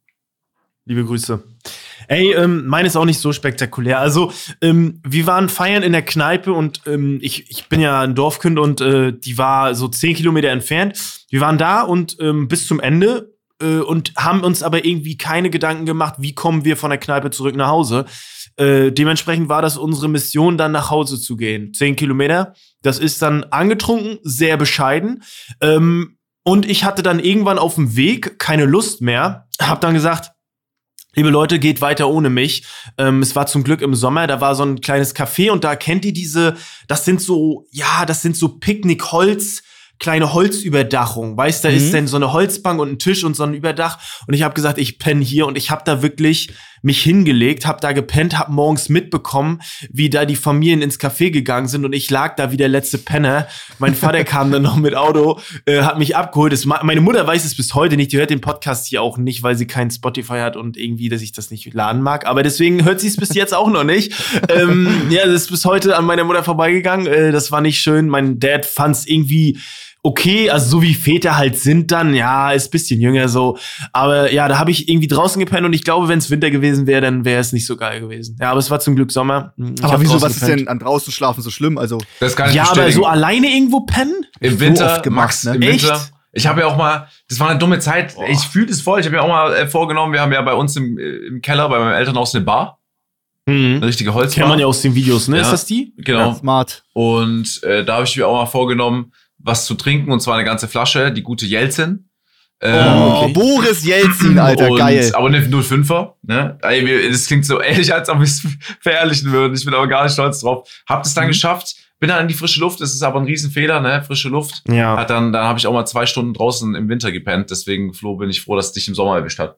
Liebe Grüße. Ey, meine ist auch nicht so spektakulär. Also, wir waren feiern in der Kneipe und ich bin ja ein Dorfkind und die war so 10 Kilometer entfernt. Wir waren da und bis zum Ende und haben uns aber irgendwie keine Gedanken gemacht, wie kommen wir von der Kneipe zurück nach Hause. Dementsprechend war das unsere Mission, dann nach Hause zu gehen. 10 Kilometer, das ist dann angetrunken, sehr bescheiden. Und ich hatte dann irgendwann auf dem Weg keine Lust mehr, hab dann gesagt, liebe Leute, geht weiter ohne mich. Es war zum Glück im Sommer, da war so ein kleines Café und da kennt ihr das sind so Picknickholz, kleine Holzüberdachung, weißt, da ist dann so eine Holzbank und ein Tisch und so ein Überdach und ich habe gesagt, ich penne hier und ich habe da wirklich mich hingelegt, habe da gepennt, habe morgens mitbekommen, wie da die Familien ins Café gegangen sind und ich lag da wie der letzte Penner. Mein Vater kam dann noch mit Auto, hat mich abgeholt. Meine Mutter weiß es bis heute nicht, die hört den Podcast hier auch nicht, weil sie kein Spotify hat und irgendwie, dass ich das nicht laden mag, aber deswegen hört sie es bis jetzt auch noch nicht. Das ist bis heute an meiner Mutter vorbeigegangen, das war nicht schön. Mein Dad fand's irgendwie okay, also so wie Väter halt sind dann, ja, ist ein bisschen jünger so. Aber ja, da habe ich irgendwie draußen gepennt und ich glaube, wenn es Winter gewesen wäre, dann wäre es nicht so geil gewesen. Ja, aber es war zum Glück Sommer. Aber wieso, was ist denn an draußen schlafen so schlimm? Also das kann ich aber so alleine irgendwo pennen? Im Winter, so oft gemacht, Max, ne? im Winter. Echt? Ich habe ja auch mal, das war eine dumme Zeit, ich fühle es voll, ich habe mir auch mal vorgenommen, wir haben ja bei uns im Keller, bei meinem Elternhaus eine Bar. Eine richtige Holzbar. Kennt man ja aus den Videos, ne? Ja, ist das die? Genau. Ja, smart. Und da habe ich mir auch mal vorgenommen, was zu trinken, und zwar eine ganze Flasche, die gute Jelzin. Okay. Boris Jelzin, Alter, geil. Aber eine 05er, ne? Das klingt so ehrlich, als ob wir es verherrlichen würden. Ich bin aber gar nicht stolz drauf. Hab das dann geschafft, bin dann in die frische Luft. Das ist aber ein Riesenfehler, ne? Frische Luft. Ja. Dann habe ich auch mal 2 Stunden draußen im Winter gepennt. Deswegen, Flo, bin ich froh, dass es dich im Sommer erwischt hat.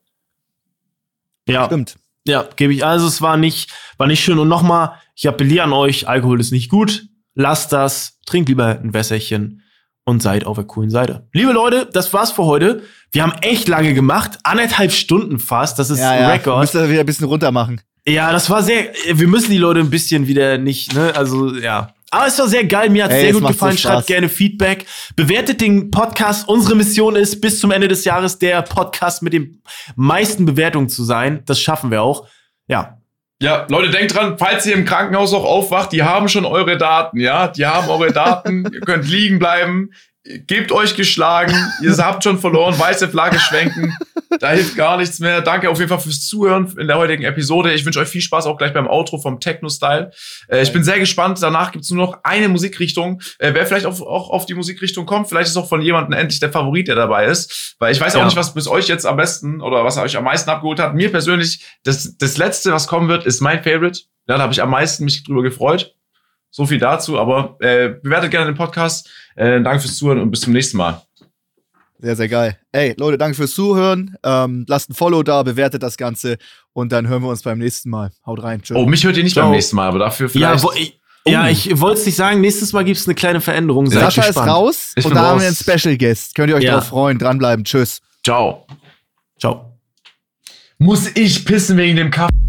Ja. Stimmt. Ja, gebe ich. Also es war nicht schön. Und nochmal, ich appelliere an euch, Alkohol ist nicht gut. Lasst das, trinkt lieber ein Wässerchen und seid auf der coolen Seite. Liebe Leute, das war's für heute. Wir haben echt lange gemacht, 1,5 Stunden fast, das ist Record. Müsst ihr wieder ein bisschen runter machen. Ja, das war wir müssen die Leute ein bisschen wieder nicht, ne, also ja. Aber es war sehr geil, mir hat's sehr gut gefallen. So Schreibt gerne Feedback. Bewertet den Podcast. Unsere Mission ist, bis zum Ende des Jahres der Podcast mit den meisten Bewertungen zu sein. Das schaffen wir auch. Ja. Ja, Leute, denkt dran, falls ihr im Krankenhaus auch aufwacht, die haben schon eure Daten, ja? Die haben eure Daten, ihr könnt liegen bleiben, gebt euch geschlagen, ihr habt schon verloren, weiße Flagge schwenken, da hilft gar nichts mehr. Danke auf jeden Fall fürs Zuhören in der heutigen Episode. Ich wünsche euch viel Spaß auch gleich beim Outro vom Techno-Style. Ich bin sehr gespannt, danach gibt's nur noch eine Musikrichtung. Wer vielleicht auch auf die Musikrichtung kommt, vielleicht ist auch von jemandem endlich der Favorit, der dabei ist. Weil ich weiß auch nicht, was bis euch jetzt am besten oder was euch am meisten abgeholt hat. Mir persönlich, das Letzte, was kommen wird, ist mein Favorite. Ja, da habe ich am meisten mich drüber gefreut. So viel dazu, aber bewertet gerne den Podcast. Danke fürs Zuhören und bis zum nächsten Mal. Sehr, sehr geil. Ey, Leute, danke fürs Zuhören. Lasst ein Follow da, bewertet das Ganze und dann hören wir uns beim nächsten Mal. Haut rein. Tschüss. Oh, mich hört ihr nicht beim nächsten Mal, aber dafür vielleicht... Ja, ich wollte es nicht sagen, nächstes Mal gibt's eine kleine Veränderung. Sascha ist raus und da haben wir einen Special Guest. Könnt ihr euch drauf freuen, dranbleiben. Tschüss. Ciao. Ciao. Muss ich pissen wegen dem Kaffee?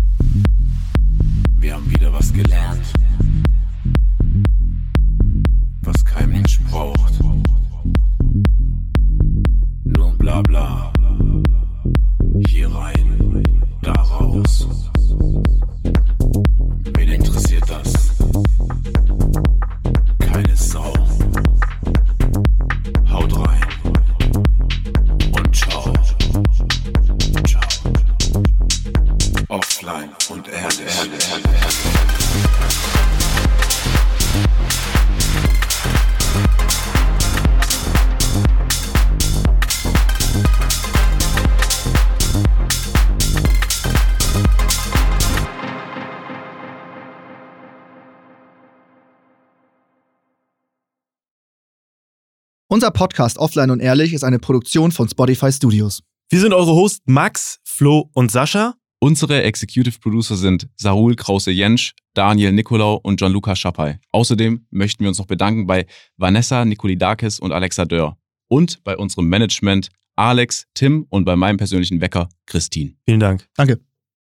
Wir haben wieder was gelernt, was kein Mensch braucht. Nur Blabla. Hier rein, da raus. Wen interessiert das? Keine Sau. Haut rein und ciao. Ciao. Offline und ehrlich. Unser Podcast Offline und Ehrlich ist eine Produktion von Spotify Studios. Wir sind eure Hosts Max, Flo und Sascha. Unsere Executive Producer sind Sarul Krause-Jentsch, Daniel Nicolau und Gianluca Schappay. Außerdem möchten wir uns noch bedanken bei Vanessa Nikolidakis und Alexa Dörr. Und bei unserem Management Alex, Tim und bei meinem persönlichen Wecker Christine. Vielen Dank. Danke.